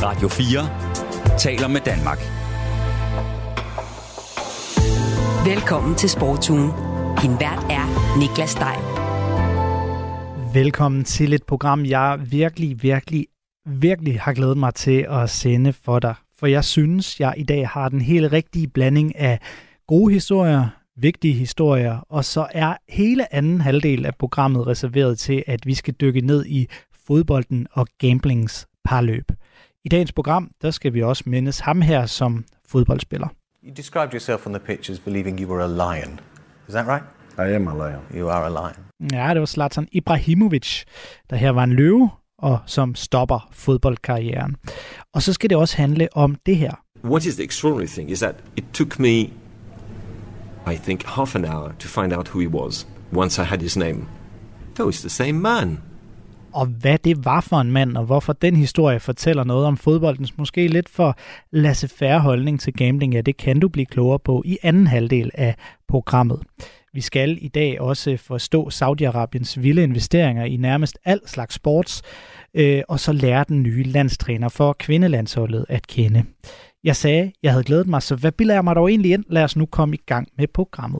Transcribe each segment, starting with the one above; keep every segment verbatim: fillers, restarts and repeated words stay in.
Radio fire taler med Danmark. Velkommen til Sportsugen. Din vært er Niklas Stein. Velkommen til et program, jeg virkelig, virkelig, virkelig har glædet mig til at sende for dig. For jeg synes, jeg i dag har den helt rigtige blanding af gode historier, vigtige historier, og så er hele anden halvdel af programmet reserveret til, at vi skal dykke ned i fodbolden og gamblings parløb. I dagens program, der skal vi også mindes ham her som fodboldspiller. You described yourself on the pitch as believing you were a lion. Is that right? I am a lion. You are a lion. Ja, det var Zlatan Ibrahimovic, der her var en løve, og som stopper fodboldkarrieren. Og så skal det også handle om det her. What is the extraordinary thing is that it took me, I think, half an hour to find out who he was once I had his name. Oh, it's the same man. Og hvad det var for en mand, og hvorfor den historie fortæller noget om fodboldens måske lidt for laissez-faire holdning til gambling, ja, det kan du blive klogere på i anden halvdel af programmet. Vi skal i dag også forstå Saudi-Arabiens vilde investeringer i nærmest al slags sports, øh, og så lære den nye landstræner for kvindelandsholdet at kende. Jeg sagde, jeg havde glædet mig, så hvad bilder jeg mig dog egentlig ind? Lad os nu komme i gang med programmet.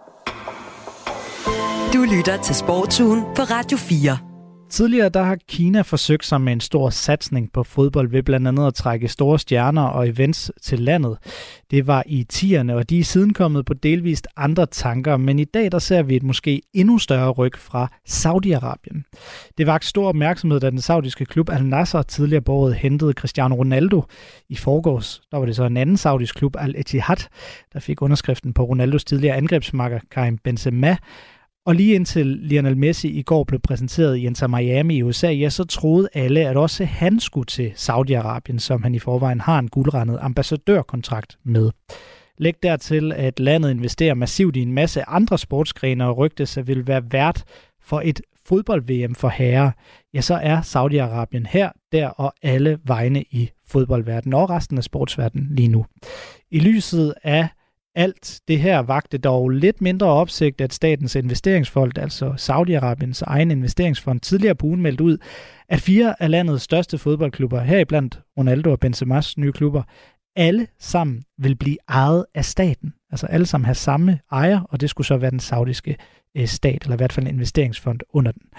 Du lytter til Sportsugen på Radio fire. Tidligere der har Kina forsøgt sig med en stor satsning på fodbold ved blandt andet at trække store stjerner og events til landet. Det var i tierne, og de er siden kommet på delvist andre tanker, men i dag der ser vi et måske endnu større ryg fra Saudi-Arabien. Det vakte stor opmærksomhed, da den saudiske klub Al Nassr tidligere på året hentede Cristiano Ronaldo. I forgårs der var det så en anden saudisk klub, Al Ittihad, der fik underskriften på Ronaldos tidligere angrebsmakker Karim Benzema. Og lige indtil Lionel Messi i går blev præsenteret i Inter Miami i U S A, ja, så troede alle, at også han skulle til Saudi-Arabien, som han i forvejen har en guldrandet ambassadørkontrakt med. Læg dertil, at landet investerer massivt i en masse andre sportsgrene og rygtes at vil være vært for et fodbold-V M for herrer. Ja, så er Saudi-Arabien her, der og alle vegne i fodboldverdenen og resten af sportsverdenen lige nu. I lyset af alt det her vagte dog lidt mindre opsigt, at statens investeringsfond, altså Saudi-Arabiens egen investeringsfond, tidligere på ugen meldte ud, at fire af landets største fodboldklubber, heriblandt Ronaldo og Benzemas nye klubber, alle sammen vil blive ejet af staten. Altså alle sammen have samme ejer, og det skulle så være den saudiske stat, eller i hvert fald en investeringsfond under den.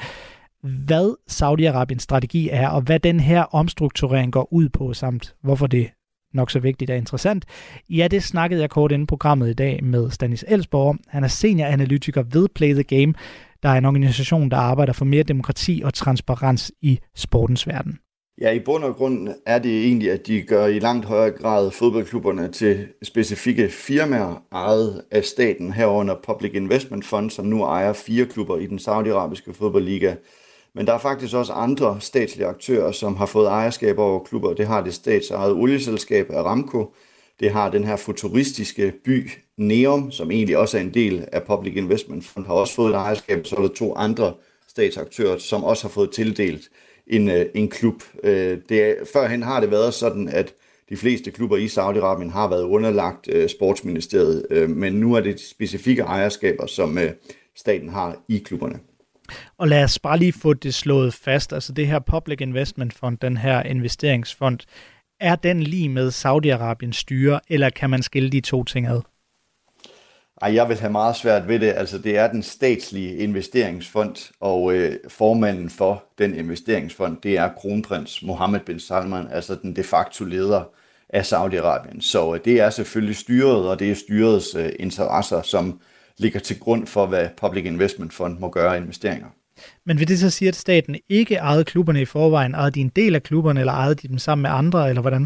Hvad Saudi-Arabiens strategi er, og hvad den her omstrukturering går ud på, samt hvorfor det nok så vigtigt og interessant. Ja, det snakkede jeg kort inden programmet i dag med Stanis Elsborg om. Han er senioranalytiker ved Play the Game, der er en organisation, der arbejder for mere demokrati og transparens i sportens verden. Ja, i bund og grund er det egentlig, at de gør i langt højere grad fodboldklubberne til specifikke firmaer ejet af staten, herunder Public Investment Fund, som nu ejer fire klubber i den saudiarabiske fodboldliga. Men der er faktisk også andre statslige aktører, som har fået ejerskab over klubber. Det har det statsejede olieselskab Aramco. Det har den her futuristiske by Neom, som egentlig også er en del af Public Investment Fund, har også fået et ejerskab. Så er der to andre statsaktører, som også har fået tildelt en, en klub. Det er, førhen har det været sådan, at de fleste klubber i Saudi-Arabien har været underlagt sportsministeriet, men nu er det de specifikke ejerskaber, som staten har i klubberne. Og lad os bare lige få det slået fast. Altså det her Public Investment Fund, den her investeringsfond, er den lige med Saudi-Arabiens styre, eller kan man skille de to ting ad? Ej, jeg vil have meget svært ved det. Altså det er den statslige investeringsfond, og øh, formanden for den investeringsfond, det er kronprins Mohammed bin Salman, altså den de facto leder af Saudi-Arabien. Så øh, det er selvfølgelig styret, og det er styrets øh, interesser, som ligger til grund for, hvad Public Investment Fund må gøre af investeringer. Men vil det så sige, at staten ikke ejede klubberne i forvejen? Ejede de en del af klubberne, eller ejede de dem sammen med andre, eller hvordan?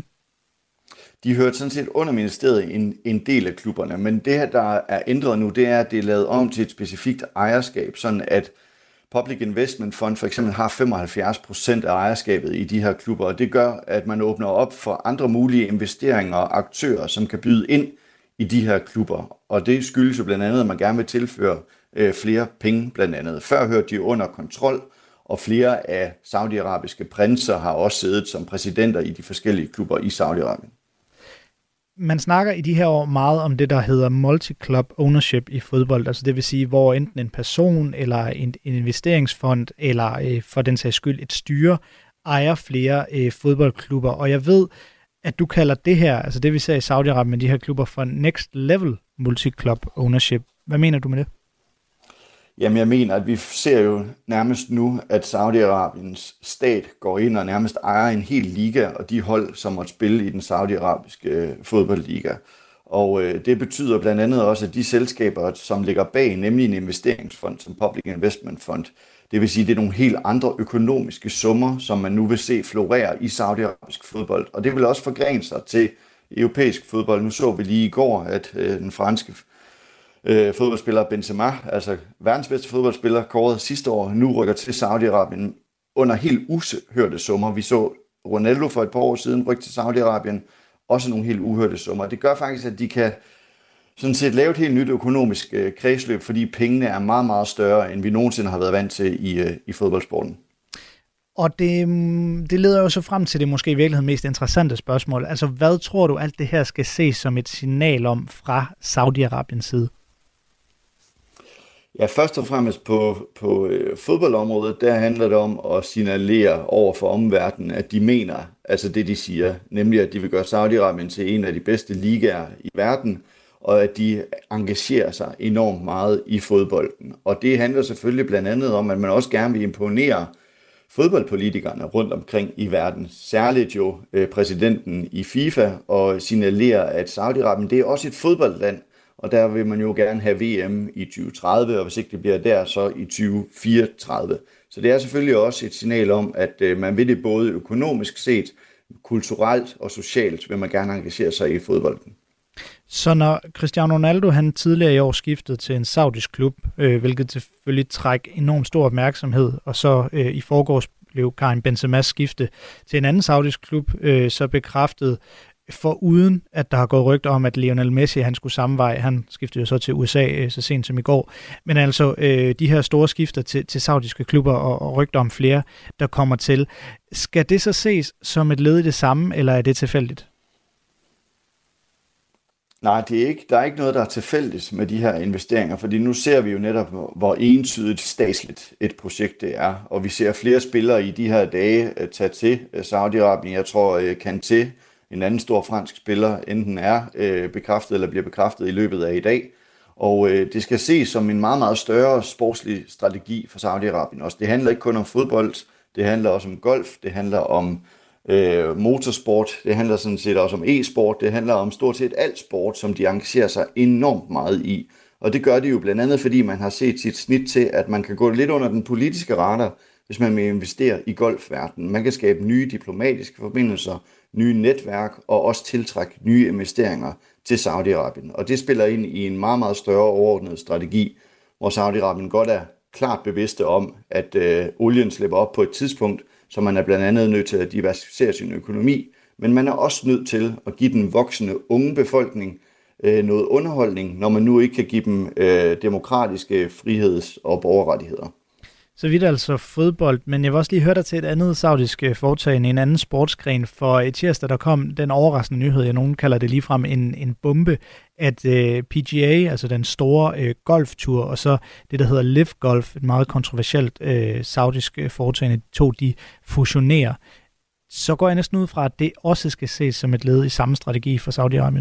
De hørte sådan set under ministeriet en, en del af klubberne, men det her, der er ændret nu, det er, at det er lavet om til et specifikt ejerskab, sådan at Public Investment Fund for eksempel har femoghalvfjerds procent af ejerskabet i de her klubber, og det gør, at man åbner op for andre mulige investeringer og aktører, som kan byde ind i de her klubber. Og det skyldes jo blandt andet, at man gerne vil tilføre øh, flere penge blandt andet. Før hørte de under kontrol, og flere af saudiarabiske prinser har også siddet som præsidenter i de forskellige klubber i Saudi-Arabien. Man snakker i de her år meget om det, der hedder multi-club ownership i fodbold, altså det vil sige, hvor enten en person eller en, en investeringsfond eller øh, for den sags skyld et styre ejer flere øh, fodboldklubber, og jeg ved, at du kalder det her, altså det vi ser i Saudi-Arabien med de her klubber, for next level multi-club ownership. Hvad mener du med det? Jamen jeg mener, at vi ser jo nærmest nu, at Saudi-Arabiens stat går ind og nærmest ejer en hel liga, og de hold, som måtte spille i den saudiarabiske øh, fodboldliga. Og øh, det betyder blandt andet også, at de selskaber, som ligger bag, nemlig en investeringsfond som Public Investment Fund, det vil sige, at det er nogle helt andre økonomiske summer, som man nu vil se florere i saudiarabisk fodbold. Og det vil også forgrene sig til europæisk fodbold. Nu så vi lige i går, at øh, den franske øh, fodboldspiller Benzema, altså verdens bedste fodboldspiller, kåret sidste år, nu rykker til Saudi-Arabien under helt uhørte summer. Vi så Ronaldo for et par år siden rykke til Saudi-Arabien, også nogle helt uhørte summer. Det gør faktisk, at de kan sådan set lave et helt nyt økonomisk øh, kredsløb, fordi pengene er meget, meget større, end vi nogensinde har været vant til i, øh, i fodboldsporten. Og det, det leder jo så frem til det måske i virkeligheden mest interessante spørgsmål. Altså, hvad tror du, alt det her skal ses som et signal om fra Saudi-Arabiens side? Ja, først og fremmest på, på øh, fodboldområdet, der handler det om at signalere over for omverdenen, at de mener, altså det de siger, nemlig at de vil gøre Saudi-Arabien til en af de bedste ligaer i verden, og at de engagerer sig enormt meget i fodbolden. Og det handler selvfølgelig blandt andet om, at man også gerne vil imponere fodboldpolitikerne rundt omkring i verden, særligt jo øh, præsidenten i FIFA, og signalere, at Saudi-Arabien, det er også et fodboldland, og der vil man jo gerne have V M i tyve tredive, og hvis ikke det bliver der, så i tyve fireogtredive. Så det er selvfølgelig også et signal om, at øh, man vil det både økonomisk set, kulturelt og socialt, vil man gerne engagere sig i fodbolden. Så når Cristiano Ronaldo han tidligere i år skiftede til en saudisk klub, øh, hvilket selvfølgelig træk enormt stor opmærksomhed, og så øh, i forgårs blev Karim Benzema skifte til en anden saudisk klub, øh, så bekræftede for uden at der har gået rygter om, at Lionel Messi han skulle samme vej. Han skiftede jo så til U S A øh, så sent som i går. Men altså øh, de her store skifter til, til saudiske klubber og, og rygter om flere, der kommer til. Skal det så ses som et led i det samme, eller er det tilfældigt? Nej, det er ikke, der er ikke noget, der er tilfældigt med de her investeringer, fordi nu ser vi jo netop, hvor entydigt statsligt et projekt det er, og vi ser flere spillere i de her dage tage til Saudi-Arabien. Jeg tror, Kanté, en anden stor fransk spiller, enten er bekræftet eller bliver bekræftet i løbet af i dag, og det skal ses som en meget, meget større sportslig strategi for Saudi-Arabien også. Det handler ikke kun om fodbold, det handler også om golf, det handler om Øh, motorsport, det handler sådan set også om e-sport, det handler om stort set alt sport, som de engagerer sig enormt meget i. Og det gør de jo blandt andet, fordi man har set sit snit til, at man kan gå lidt under den politiske radar, hvis man vil investere i golfverdenen. Man kan skabe nye diplomatiske forbindelser, nye netværk og også tiltrække nye investeringer til Saudi-Arabien. Og det spiller ind i en meget, meget større overordnet strategi, hvor Saudi-Arabien godt er klart bevidste om, at øh, olien slipper op på et tidspunkt, så man er blandt andet nødt til at diversificere sin økonomi, men man er også nødt til at give den voksende unge befolkning øh, noget underholdning, når man nu ikke kan give dem øh, demokratiske friheds- og borgerrettigheder. Så vidt altså fodbold, men jeg vil også lige høre dig til et andet saudisk foretagende, en anden sportsgren. For i tirsdag der kom den overraskende nyhed, jeg nogen kalder det ligefrem en, en bombe, at øh, P G A, altså den store øh, golftur, og så det, der hedder Live Golf, et meget kontroversielt øh, saudisk foretagende, to de fusionerer. Så går jeg næsten ud fra, at det også skal ses som et led i samme strategi for Saudi-Arabien.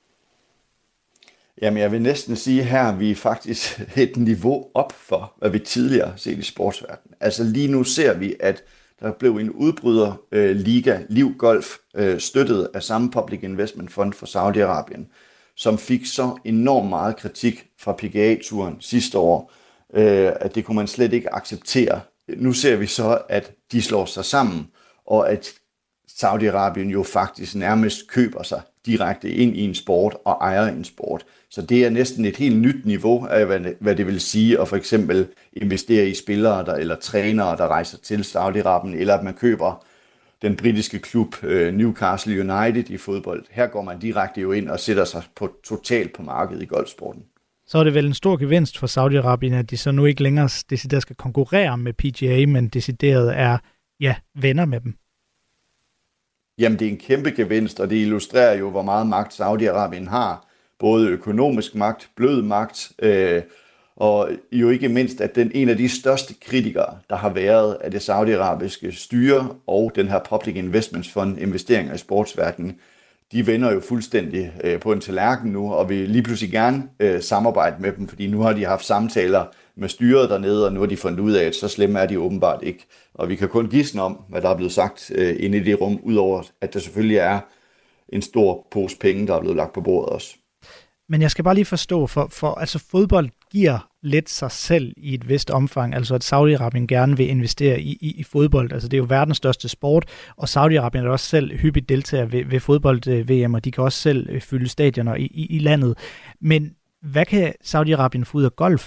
Jamen, jeg vil næsten sige her, at vi er faktisk et niveau op for, hvad vi tidligere har set i sportsverdenen. Altså lige nu ser vi, at der blev en udbryder øh, liga, Liv Golf, øh, støttet af samme Public Investment Fund for Saudi-Arabien, som fik så enormt meget kritik fra P G A-turen sidste år, øh, at det kunne man slet ikke acceptere. Nu ser vi så, at de slår sig sammen, og at Saudi-Arabien jo faktisk nærmest køber sig direkte ind i en sport og ejer en sport. Så det er næsten et helt nyt niveau af, hvad det vil sige at for eksempel investere i spillere der, eller trænere, der rejser til Saudi-Arabien, eller at man køber den britiske klub Newcastle United i fodbold. Her går man direkte jo ind og sætter sig på, totalt på markedet i golfsporten. Så er det vel en stor gevinst for Saudi-Arabien, at de så nu ikke længere decideret skal konkurrere med P G A, men decideret er ja, venner med dem. Jamen, det er en kæmpe gevinst, og det illustrerer jo, hvor meget magt Saudi-Arabien har. Både økonomisk magt, blød magt, øh, Og jo ikke mindst, at den en af de største kritikere, der har været af det saudiarabiske styre og den her Public Investment Fund, investeringer i sportsverdenen, de vender jo fuldstændig øh, på en tallerken nu, og vil lige pludselig gerne øh, samarbejde med dem, fordi nu har de haft samtaler med styret dernede, og nu har de fundet ud af, at så slemme er de åbenbart ikke. Og vi kan kun gisne om, hvad der er blevet sagt øh, inde i det rum, udover at der selvfølgelig er en stor pose penge, der er blevet lagt på bordet også. Men jeg skal bare lige forstå, for, for altså fodbold giver lidt sig selv i et vist omfang, altså at Saudi-Arabien gerne vil investere i, i, i fodbold. Altså det er jo verdens største sport, og Saudi-Arabien er også selv hyppigt deltager ved, ved fodbold-V M, og de kan også selv fylde stadioner i, i, i landet. Men hvad kan Saudi-Arabien få ud af golf?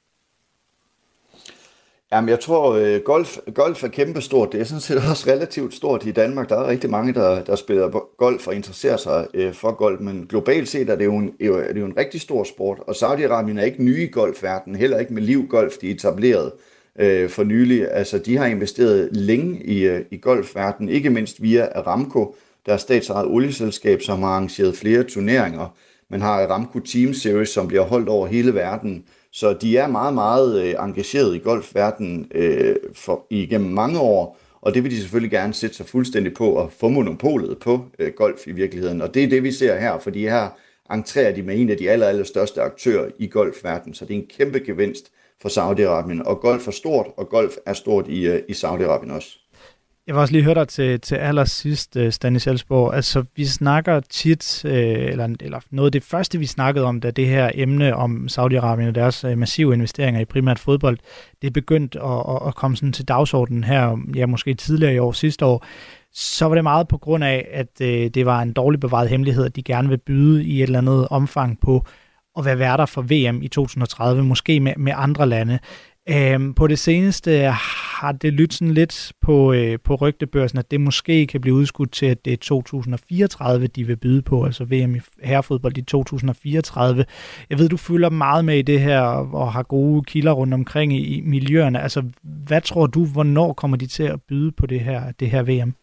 Jamen, jeg tror, golf, golf er kæmpestort. Det er sådan set også relativt stort i Danmark. Der er rigtig mange, der, der spiller golf og interesserer sig øh, for golf, men globalt set er det, jo en, er det jo en rigtig stor sport, og Saudi-Arabien er ikke nye i golfverdenen, heller ikke med Liv Golf, de er etableret øh, for nylig. Altså, de har investeret længe i, øh, i golfverdenen, ikke mindst via Aramco, der er statsejet olieselskab, som har arrangeret flere turneringer. Man har Aramco Team Series, som bliver holdt over hele verden. Så de er meget, meget øh, engageret i golfverdenen øh, for, igennem mange år, og det vil de selvfølgelig gerne sætte sig fuldstændig på at få monopolet på øh, golf i virkeligheden. Og det er det, vi ser her, fordi her entrerer de med en af de aller, aller største aktører i golfverdenen, så det er en kæmpe gevinst for Saudi-Arabien. Og golf er stort, og golf er stort i, øh, i Saudi-Arabien også. Jeg vil også lige høre dig til, til allersidst, Stanis Elsborg. Altså, vi snakker tit, øh, eller, eller noget af det første, vi snakkede om, da det her emne om Saudi-Arabien og deres øh, massive investeringer i primært fodbold, det er begyndt at, at, at komme sådan til dagsordenen her, ja, måske tidligere i år, sidste år, så var det meget på grund af, at øh, det var en dårlig bevaret hemmelighed, at de gerne vil byde i et eller andet omfang på at være værter for V M i to tusind og tredive, måske med, med andre lande. Øhm, på det seneste har det lyttet sådan lidt på, øh, på rygtebørsen, at det måske kan blive udskudt til, at det er to tusind og fireogtredive, de vil byde på, altså V M i herrefodbold i to tusind og fireogtredive. Jeg ved, du følger meget med i det her, og har gode kilder rundt omkring i, i miljøerne. Altså, hvad tror du, hvornår kommer de til at byde på det her, det her V M?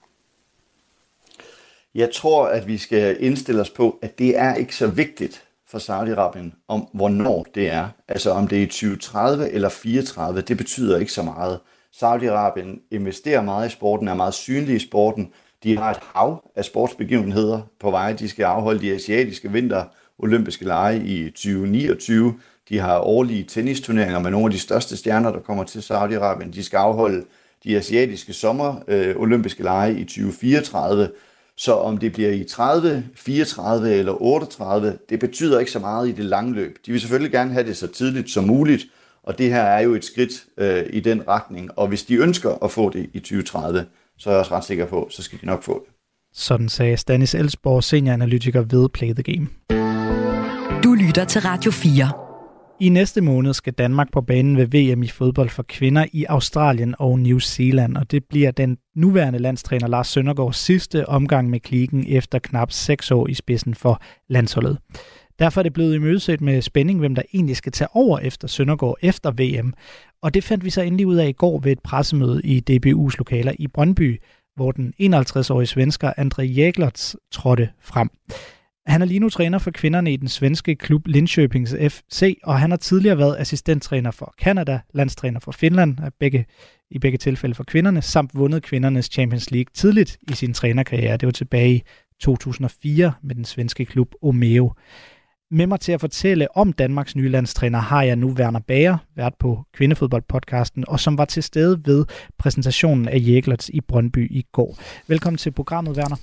Jeg tror, at vi skal indstille os på, at det er ikke så vigtigt for Saudi-Arabien om, hvornår det er. Altså om det er i tyve tredive eller fireogtredive, det betyder ikke så meget. Saudi-Arabien investerer meget i sporten, er meget synlige i sporten. De har et hav af sportsbegivenheder på vej. De skal afholde de asiatiske vinter-olympiske lege i tyve niogtyve. De har årlige tennisturneringer med nogle af de største stjerner, der kommer til Saudi-Arabien. De skal afholde de asiatiske sommer-olympiske lege i tyve fireogtredive. Så om det bliver i tredive, fireogtredive eller otteogtredive, det betyder ikke så meget i det lange løb. De vil selvfølgelig gerne have det så tidligt som muligt, og det her er jo et skridt øh, i den retning. Og hvis de ønsker at få det i tyve tredive, så er jeg også ret sikker på, så skal de nok få det. Sådan sagde Stanis Elsborg, senioranalytiker ved Play the Game. Du lytter til Radio fire. I næste måned skal Danmark på banen ved V M i fodbold for kvinder i Australien og New Zealand, og det bliver den nuværende landstræner Lars Søndergaards sidste omgang med klikken efter knap seks år i spidsen for landsholdet. Derfor er det blevet imødeset med spænding, hvem der egentlig skal tage over efter Søndergaard efter V M, og det fandt vi så endelig ud af i går ved et pressemøde i D B U's lokaler i Brøndby, hvor den enoghalvtreds-årige svensker André Jäglertz trådte frem. Han er lige nu træner for kvinderne i den svenske klub Linköpings F C, og han har tidligere været assistenttræner for Canada, landstræner for Finland, begge, i begge tilfælde for kvinderne, samt vundet kvindernes Champions League tidligt i sin trænerkarriere. Det var tilbage i to tusind og fire med den svenske klub Omeo. Med mig til at fortælle om Danmarks nye landstræner har jeg nu Werner Bager, vært på Kvindefodboldpodcasten, og som var til stede ved præsentationen af Jäglertz i Brøndby i går. Velkommen til programmet, Werner.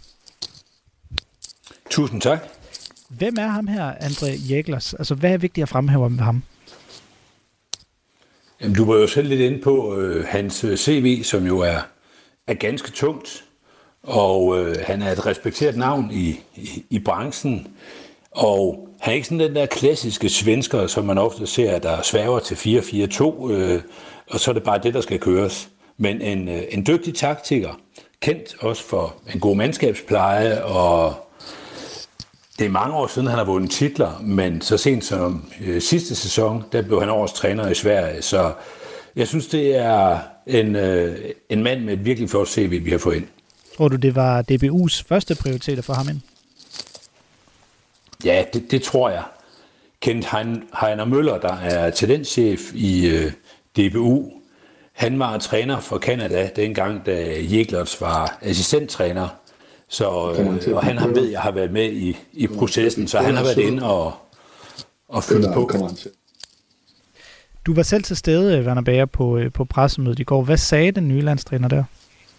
Tusind tak. Hvem er ham her, André Jäglertz? Altså, hvad er vigtigt at fremhæve med ham? Jamen, du var jo selv lidt inde på øh, hans C V, som jo er, er ganske tungt, og øh, han er et respekteret navn i, i, i branchen, og han er ikke sådan den der klassiske svensker, som man ofte ser, der sværger til fire fire to, øh, og så er det bare det, der skal køres. Men en, øh, en dygtig taktiker, kendt også for en god mandskabspleje, og det er mange år siden, han har vundet titler, men så sent som øh, sidste sæson, der blev han årets træner i Sverige. Så jeg synes, det er en, øh, en mand med et virkelig flot C V, vi har fået ind. Tror du, det var D B U's første prioriteter for ham ind? Ja, det, det tror jeg. Kent Heiner Møller, der er talentchef i øh, D B U, han var træner for Canada dengang, da Jeglerts var assistenttræner. Så, øh, og han har ved, jeg har været med i, i processen, så han har været inde og, og fyldt på. Du var selv til stede, Werner Bager, på, på pressemødet i går. Hvad sagde den nye landstræner der?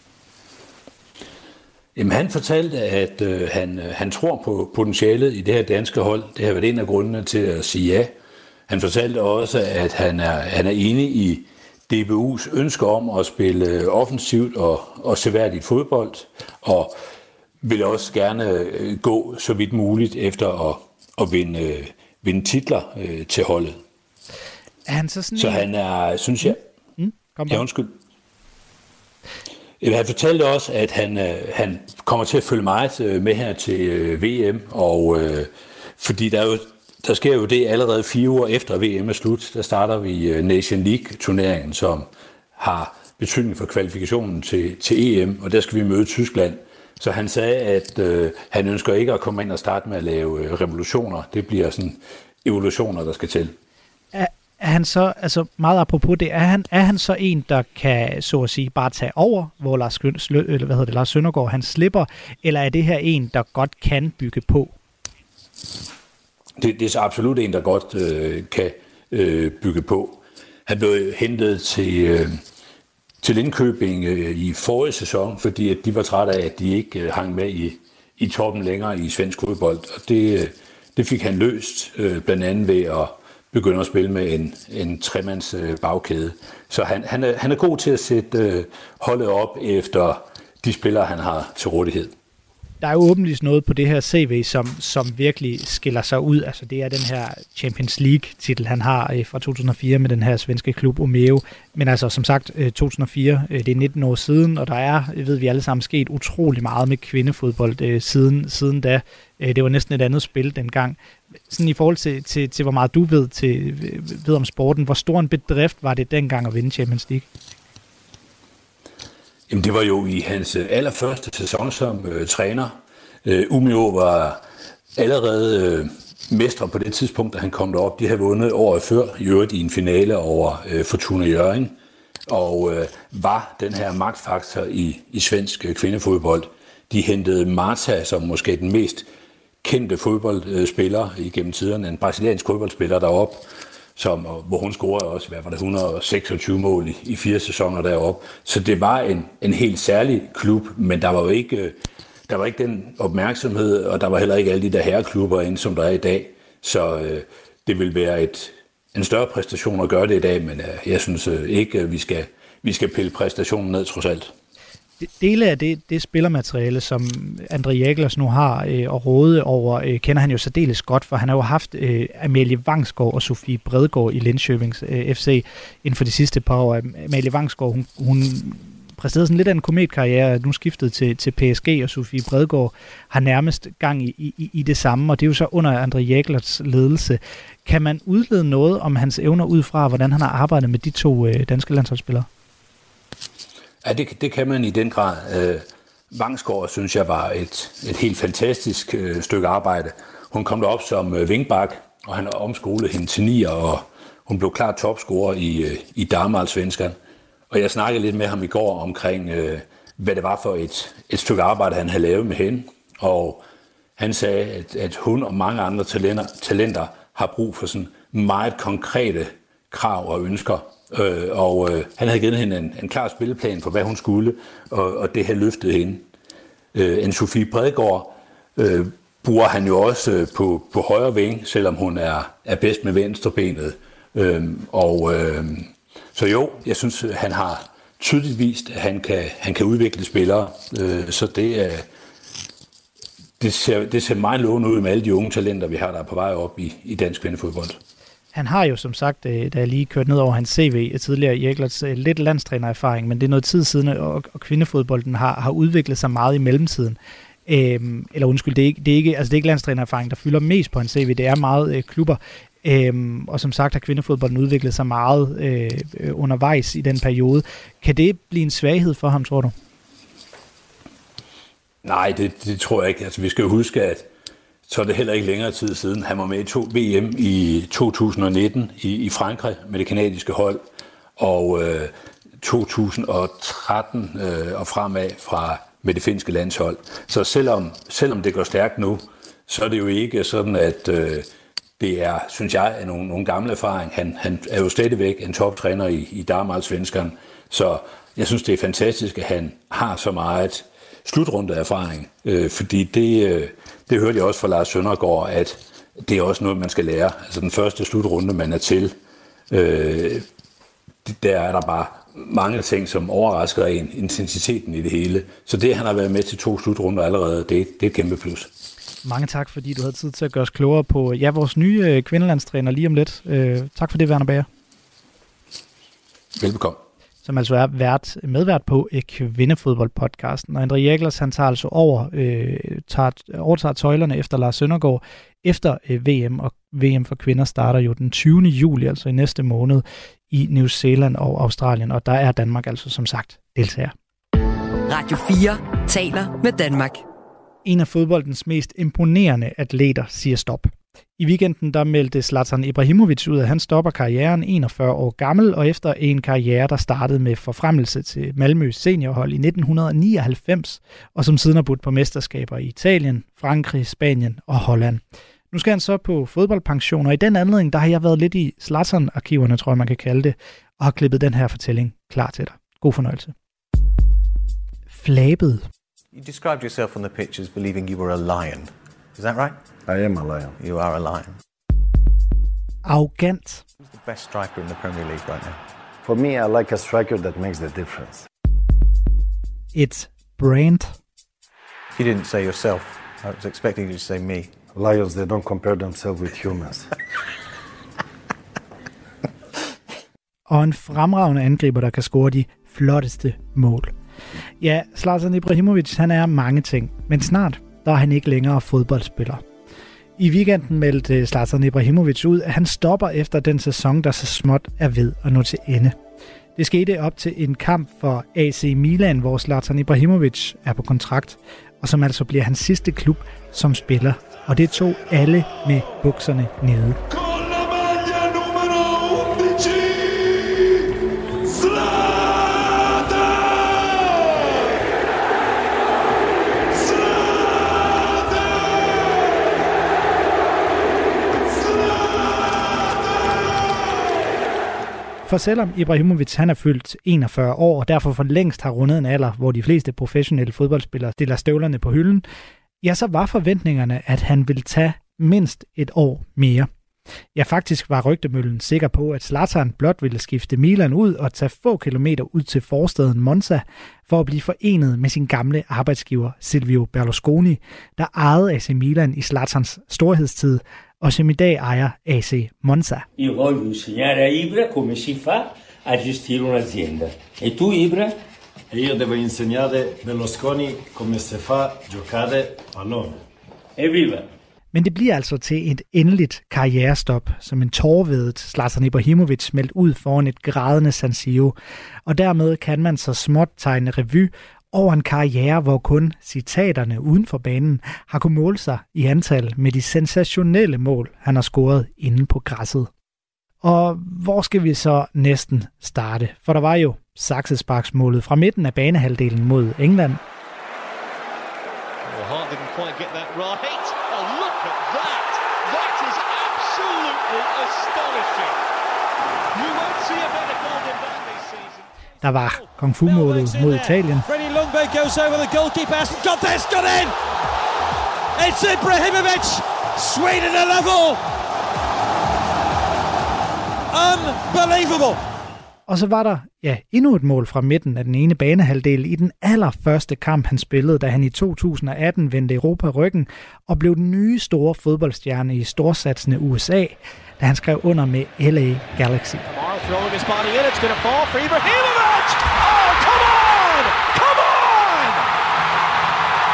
Jamen, han fortalte, at øh, han, han tror på potentialet i det her danske hold. Det har været en af grundene til at sige ja. Han fortalte også, at han er, han er enig i D B U's ønske om at spille offensivt og, og seværdigt fodbold, og vil også gerne gå så vidt muligt efter at, at vinde, vinde titler øh, til holdet. Er han så sådan så en... han er, synes jeg... Mm, kom ja, undskyld. Han fortalte også, at han, han kommer til at følge meget med her til V M, og øh, fordi der, er jo, der sker jo det allerede fire uger efter V M er slut, der starter vi Nation League-turneringen, som har betydning for kvalifikationen til, til E M, og der skal vi møde Tyskland. Så han sagde, at øh, han ønsker ikke at komme ind og starte med at lave øh, revolutioner. Det bliver sådan evolutioner, der skal til. Er, er han så, altså meget apropos det, er han, er han så en, der kan, så at sige, bare tage over, hvor Lars, eller hvad hedder det, Lars Søndergaard, han slipper, eller er det her en, der godt kan bygge på? Det, det er så absolut en, der godt øh, kan øh, bygge på. Han blev hentet til... Øh, til Lindköping øh, i forrige sæson, fordi at de var trætte af, at de ikke øh, hang med i, i toppen længere i svensk fodbold. Og det, øh, det fik han løst, øh, blandt andet ved at begynde at spille med en, en tremands øh, bagkæde. Så han, han, er, han er god til at sætte øh, holdet op efter de spillere, han har til rådighed. Der er jo åbenlyst noget på det her C V, som, som virkelig skiller sig ud. Altså det er den her Champions League-titel, han har øh, fra to tusind og fire med den her svenske klub Umeå. Men altså som sagt, øh, to tusind og fire, øh, det er nitten år siden, og der er, ved vi alle sammen, sket utrolig meget med kvindefodbold øh, siden, siden da. Øh, det var næsten et andet spil dengang. Sådan i forhold til, til, til hvor meget du ved, til, ved om sporten, hvor stor en bedrift var det dengang at vinde Champions League? Jamen, det var jo i hans allerførste sæson som øh, træner. Øh, Umeå var allerede øh, mestre på det tidspunkt, da han kom derop. De havde vundet året før, i øvrigt i en finale over øh, Fortuna Hjørring, og øh, var den her magtfaktor i, i svensk øh, kvindefodbold. De hentede Marta, som måske den mest kendte fodboldspiller igennem tiderne, en brasiliansk fodboldspiller derop, som, hvor hun scorede også, hvad var det, et hundrede og seksogtyve mål i, i fire sæsoner deroppe. Så det var en, en helt særlig klub, men der var jo ikke, der var ikke den opmærksomhed, og der var heller ikke alle de der herreklubber inde, som der er i dag. Så øh, det vil være et, en større præstation at gøre det i dag, men øh, jeg synes øh, ikke, at vi skal, vi skal pille præstationen ned trods alt. Dele af det, det spillermateriale, som André Jæglers nu har øh, og råde over, øh, kender han jo særdeles godt, for han har jo haft øh, Amalie Vangsgaard og Sofie Bredgaard i Linköpings øh, F C inden for de sidste par år. Amalie Vangsgaard, hun, hun præsterede sådan lidt af en kometkarriere, nu skiftet til, til P S G, og Sofie Bredgaard har nærmest gang i, i, i det samme, og det er jo så under André Jæglers ledelse. Kan man udlede noget om hans evner ud fra, hvordan han har arbejdet med de to øh, danske landsholdsspillere? Ja, det, det kan man i den grad. Øh, Vangsgaard, synes jeg, var et, et helt fantastisk øh, stykke arbejde. Hun kom derop som øh, vingbak, og han omskolede hende til nier, og hun blev klart topscorer i, øh, i Damallsvenskan. Og jeg snakkede lidt med ham i går omkring, øh, hvad det var for et, et stykke arbejde, han havde lavet med hende. Og han sagde, at, at hun og mange andre talenter, talenter har brug for sådan meget konkrete krav og ønsker. Øh, og øh, han havde givet hende en, en klar spilleplan for, hvad hun skulle, og, og det havde løftet hende. Øh, en Sofie Bredgaard øh, bruger han jo også øh, på, på højre ving, selvom hun er, er bedst med venstrebenet. Øh, og øh, så jo, jeg synes, han har tydeligt vist, at han kan, han kan udvikle spillere, øh, så det er... Det ser, det ser meget lovende ud med alle de unge talenter, vi har, der er på vej op i, i dansk kvindefodbold. Han har jo som sagt, da jeg lige kørt ned over hans C V tidligere, Jæglers lidt landstrænererfaring, men det er noget tid siden, og, og kvindefodbolden har, har udviklet sig meget i mellemtiden. Øhm, eller undskyld, det er, ikke, det, er ikke, altså det er ikke landstrænererfaring, der fylder mest på hans C V, det er meget øh, klubber. Øhm, og som sagt har kvindefodbolden udviklet sig meget øh, undervejs i den periode. Kan det blive en svaghed for ham, tror du? Nej, det, det tror jeg ikke. Altså, vi skal jo huske, at så er det heller ikke længere tid siden. Han var med i to V M i to tusind nitten i, i Frankrig med det kanadiske hold, og øh, to tusind tretten øh, og fremad fra med det finske landshold. Så selvom, selvom det går stærkt nu, så er det jo ikke sådan, at øh, det er, synes jeg, er nogle, nogle gamle erfaring. Han, han er jo stadigvæk en toptræner i, i Danmarksvenskeren, så jeg synes, det er fantastisk, at han har så meget slutrundeerfaring, øh, fordi det, øh, det hørte jeg også fra Lars Søndergaard, at det er også noget, man skal lære. Altså den første slutrunde, man er til, øh, der er der bare mange ting, som overrasker en, intensiteten i det hele. Så det, han har været med til to slutrunder allerede, det, det er et kæmpe plus. Mange tak, fordi du havde tid til at gøre os klogere på ja, vores nye øh, kvindelandstræner lige om lidt. Øh, tak for det, Werner Bager. Velbekomme. Som altså er vært, medvært på øh, kvindefodboldpodcasten. Og André Jæglers, han tager altså over, øh, tager, overtager tøjlerne efter Lars Søndergaard, efter øh, V M, og V M for kvinder starter jo den tyvende juli, altså i næste måned, i New Zealand og Australien, og der er Danmark altså som sagt deltager. Radio fire taler med Danmark. En af fodboldens mest imponerende atleter siger stop. I weekenden der meldte Zlatan Ibrahimovic ud, at han stopper karrieren enogfyrre år gammel, og efter en karriere, der startede med forfremmelse til Malmøs seniorhold i nitten nioghalvfems, og som siden har budt på mesterskaber i Italien, Frankrig, Spanien og Holland. Nu skal han så på fodboldpension, og i den anledning, der har jeg været lidt i Zlatan-arkiverne, tror jeg, man kan kalde det, og har klippet den her fortælling klar til dig. God fornøjelse. Flabet. You described yourself on the pictures believing you were a lion. Is that right? I am a lion. You are a lion. Arrogant. Who's the best striker in the Premier League right now? For me, I like a striker that makes the difference. Et brand. You didn't say yourself. I was expecting you to say me. Lions, they don't compare themselves with humans. Og en fremragende angriber, der kan score de flotteste mål. Ja, Zlatan Ibrahimovic, han er mange ting, men snart, der er han ikke længere fodboldspiller. I weekenden meldte Zlatan Ibrahimovic ud, at han stopper efter den sæson, der så småt er ved at nå til ende. Det skete op til en kamp for A C Milan, hvor Zlatan Ibrahimovic er på kontrakt, og som altså bliver hans sidste klub som spiller. Og det tog alle med bukserne nede. For selvom Ibrahimovic han er fyldt enogfyrre år, og derfor for længst har rundet en alder, hvor de fleste professionelle fodboldspillere stiller støvlerne på hylden, ja, så var forventningerne, at han ville tage mindst et år mere. Ja, faktisk var rygtemøllen sikker på, at Zlatan blot ville skifte Milan ud og tage få kilometer ud til forstaden Monza for at blive forenet med sin gamle arbejdsgiver Silvio Berlusconi, der ejede A C Milan i Zlatans storhedstid, og som i dag ejer A C Monza. Io voglio insegnare a Ibra come si fa a gestire un'azienda. E tu, Ibra? E io devo insegnare Berlusconi come si fa giocare pallone. Evviva! Men det bliver altså til et endeligt karrierestop, som en tårvedet Zlatan Ibrahimovic meldt ud foran et grædende San Siro. Og dermed kan man så småt tegne revy over en karriere, hvor kun citaterne uden for banen har kunnet måle sig i antal med de sensationelle mål, han har scoret inde på græsset. Og hvor skal vi så næsten starte? For der var jo saksesparksmålet fra midten af banehalvdelen mod England. Der var kung fu-målet mod Italien. Freddie Ljungberg goes over the goalkeeper. Hasn't got this, got in! It's Ibrahimovic! Sweden are level! Unbelievable! Og så var der ja, endnu et mål fra midten af den ene banehalvdel i den allerførste kamp, han spillede, da han i to tusind atten vendte Europa ryggen og blev den nye store fodboldstjerne i storsatsende U S A, da han skrev under med L A Galaxy.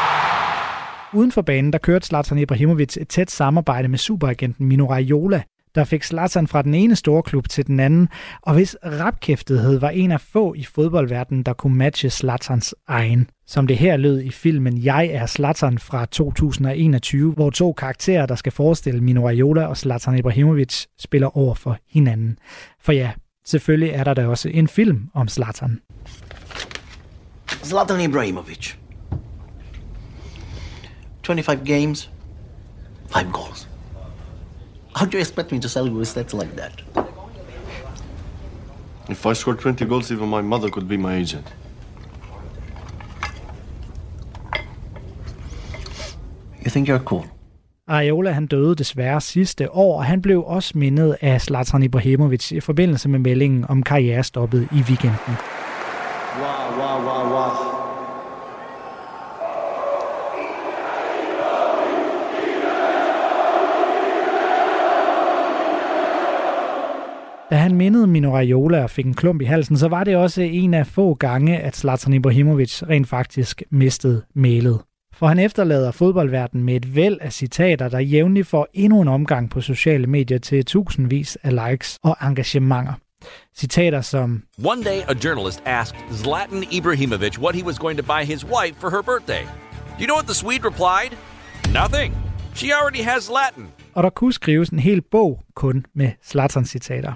Uden for banen, der kørte Zlatan Ibrahimovic et tæt samarbejde med superagenten Mino Raiola, der fik Zlatan fra den ene store klub til den anden, og hvis rapkæftethed var en af få i fodboldverdenen, der kunne matche Zlatans egen. Som det her lød i filmen Jeg er Zlatan fra to tusind og enogtyve, hvor to karakterer, der skal forestille Mino Raiola og Zlatan Ibrahimovic, spiller over for hinanden. For ja, selvfølgelig er der da også en film om Zlatan. Zlatan Ibrahimovic. twenty-five games, five goals. How do you expect me to sell you with stats like that? If I scored twenty goals, even my mother could be my agent. You think you're cool? Raiola, han døde desværre sidste år, og han blev også mindet af Zlatan Ibrahimovic i forbindelse med meldingen om karrierestoppet i weekenden. Wow, wow, wow, wow. Da han mindede Mino Raiola og fik en klump i halsen, så var det også en af få gange, at Zlatan Ibrahimovic rent faktisk mistede mælet. For han efterlader fodboldverdenen med et væld af citater, der jævnligt får endnu en omgang på sociale medier til tusindvis af likes og engagementer. Citater som: One day a journalist asked Zlatan Ibrahimovic what he was going to buy his wife for her birthday. Do you know what the Swede replied? Nothing. She already has Zlatan. Og der kunne skrives en hel bog kun med Zlatan-citater.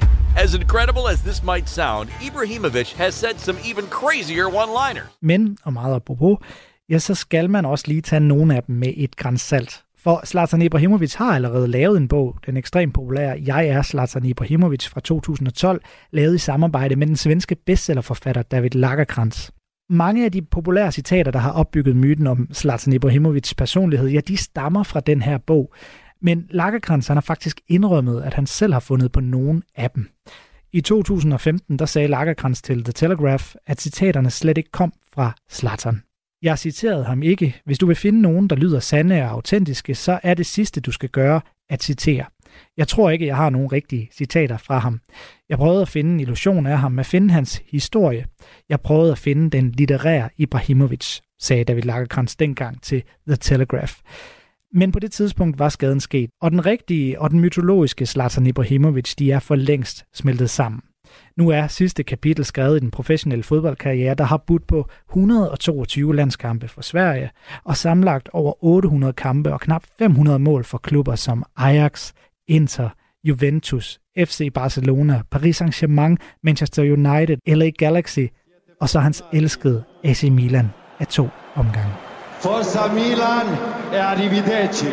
As incredible as this might sound, Ibrahimovic has said some even crazier one-liners. Men, og meget apropos, ja, så skal man også lige tage nogle af dem med et gran salt. For Zlatan Ibrahimovic har allerede lavet en bog, den ekstremt populære Jeg er Zlatan Ibrahimovic fra to tusind og tolv, lavet i samarbejde med den svenske bestsellerforfatter David Lagercrantz. Mange af de populære citater, der har opbygget myten om Zlatan Ibrahimovics personlighed, ja, de stammer fra den her bog. Men Lagercrantz, han har faktisk indrømmet, at han selv har fundet på nogen af dem. I to tusind og femten, der sagde Lagercrantz til The Telegraph, at citaterne slet ikke kom fra Zlatan. Jeg citerede ham ikke. Hvis du vil finde nogen, der lyder sande og autentiske, så er det sidste, du skal gøre, at citere. Jeg tror ikke, jeg har nogen rigtige citater fra ham. Jeg prøvede at finde en illusion af ham, at finde hans historie. Jeg prøvede at finde den litterære Ibrahimovic, sagde David Lagercrantz dengang til The Telegraph. Men på det tidspunkt var skaden sket, og den rigtige og den mytologiske Zlatan Ibrahimovic, de er for længst smeltet sammen. Nu er sidste kapitel skrevet i den professionelle fodboldkarriere, der har budt på et hundrede og toogtyve landskampe for Sverige, og sammenlagt over otte hundrede kampe og knap fem hundrede mål for klubber som Ajax, Inter, Juventus, F C Barcelona, Paris Saint-Germain, Manchester United, L A Galaxy, og så hans elskede A C Milan af to omgange. Forza Milan e arrivederci.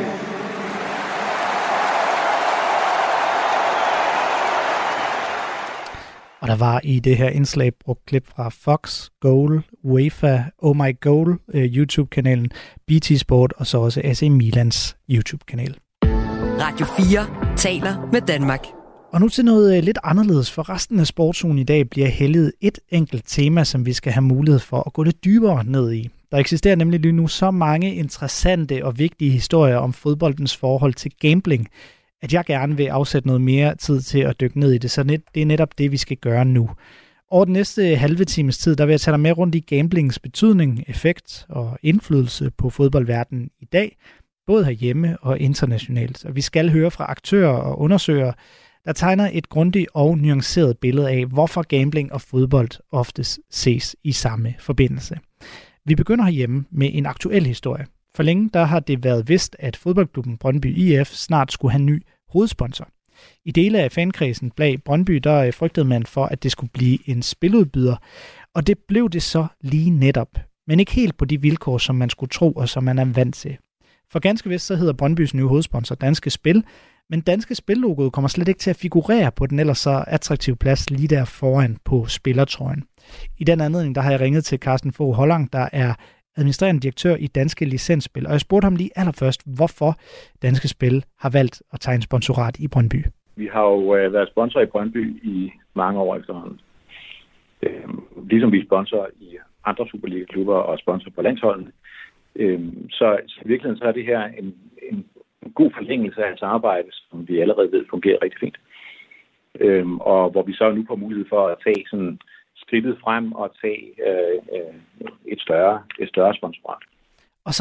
Og der var i det her indslag brugt klip fra Fox, Goal, UEFA, Oh My Goal, uh, YouTube-kanalen, B T Sport og så også A C Milans YouTube-kanal. Radio fire taler med Danmark. Og nu til noget lidt anderledes, for resten af Sportsugen i dag bliver helliget et enkelt tema, som vi skal have mulighed for at gå lidt dybere ned i. Der eksisterer nemlig lige nu så mange interessante og vigtige historier om fodboldens forhold til gambling, at jeg gerne vil afsætte noget mere tid til at dykke ned i det, så det er netop det, vi skal gøre nu. Over den næste halve times tid, der vil jeg tage dig med rundt i gamblings betydning, effekt og indflydelse på fodboldverdenen i dag, både herhjemme og internationalt. Og vi skal høre fra aktører og undersøgere, der tegner et grundigt og nuanceret billede af, hvorfor gambling og fodbold oftest ses i samme forbindelse. Vi begynder herhjemme med en aktuel historie. For længe der har det været vist, at fodboldklubben Brøndby I F snart skulle have en ny hovedsponsor. I dele af fankredsen bag Brøndby, der frygtede man for, at det skulle blive en spiludbyder, og det blev det så lige netop. Men ikke helt på de vilkår, som man skulle tro og som man er vant til. For ganske vist så hedder Brøndbys nye hovedsponsor Danske Spil, men Danske Spil-logoet kommer slet ikke til at figurere på den ellers så attraktive plads lige der foran på spillertrøjen. I den anledning, der har jeg ringet til Carsten Fogh Hollang, der er administrerende direktør i Danske Licensspil, og jeg spurgte ham lige allerførst, hvorfor Danske Spil har valgt at tegne sponsorat i Brøndby. Vi har jo øh, været sponsor i Brøndby i mange år efterhånden. Øh, ligesom vi er sponsor i andre Superliga-klubber og sponsor på landsholdene. Øh, så, så i virkeligheden så er det her en, en god forlængelse af et samarbejde, som vi allerede ved fungerer rigtig fint. Øh, og hvor vi så nu får mulighed for at tage sådan skridtet frem og tage øh, øh, et større, et større sponsorat. Og så er der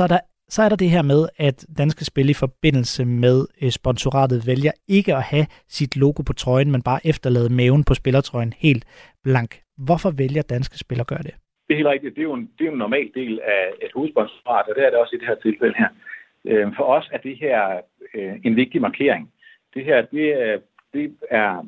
Så er der det her med, at Danske Spil i forbindelse med sponsoratet vælger ikke at have sit logo på trøjen, men bare efterlade maven på spillertrøjen helt blank. Hvorfor vælger Danske Spil at gøre det? Det er helt rigtigt. Det er jo en, det er jo en normal del af et hovedsponsorat, og det er det også i det her tilfælde her. For os er det her en vigtig markering. Det her det er, det er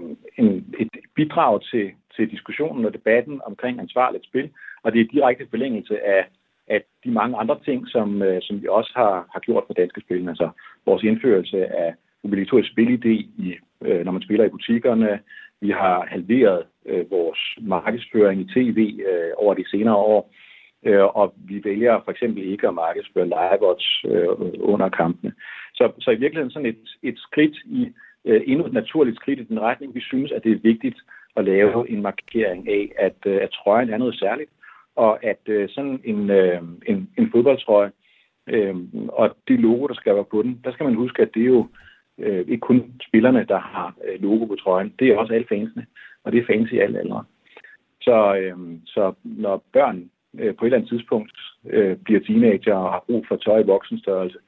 en, et bidrag til, til diskussionen og debatten omkring ansvarligt spil, og det er direkte forlængelse af at de mange andre ting, som, som vi også har, har gjort for Danske Spil, altså vores indførelse af obligatorisk spilidé, i, når man spiller i butikkerne. Vi har halveret øh, vores markedsføring i tv øh, over de senere år, øh, og vi vælger for eksempel ikke at markedsføre live-odds øh, under kampene. Så, så i virkeligheden sådan et, et skridt i, øh, endnu et naturligt skridt i den retning, vi synes, at det er vigtigt at lave en markering af, at, øh, at trøjen er noget særligt, og at øh, sådan en, øh, en, en fodboldtrøje øh, og det logo, der skal være på den, der skal man huske, at det er jo øh, ikke kun spillerne, der har øh, logo på trøjen. Det er også alle fansene, og det er fans i alle aldre. Så, øh, så når børn øh, på et eller andet tidspunkt øh, bliver teenager og har brug for tøj i voksenstørrelse,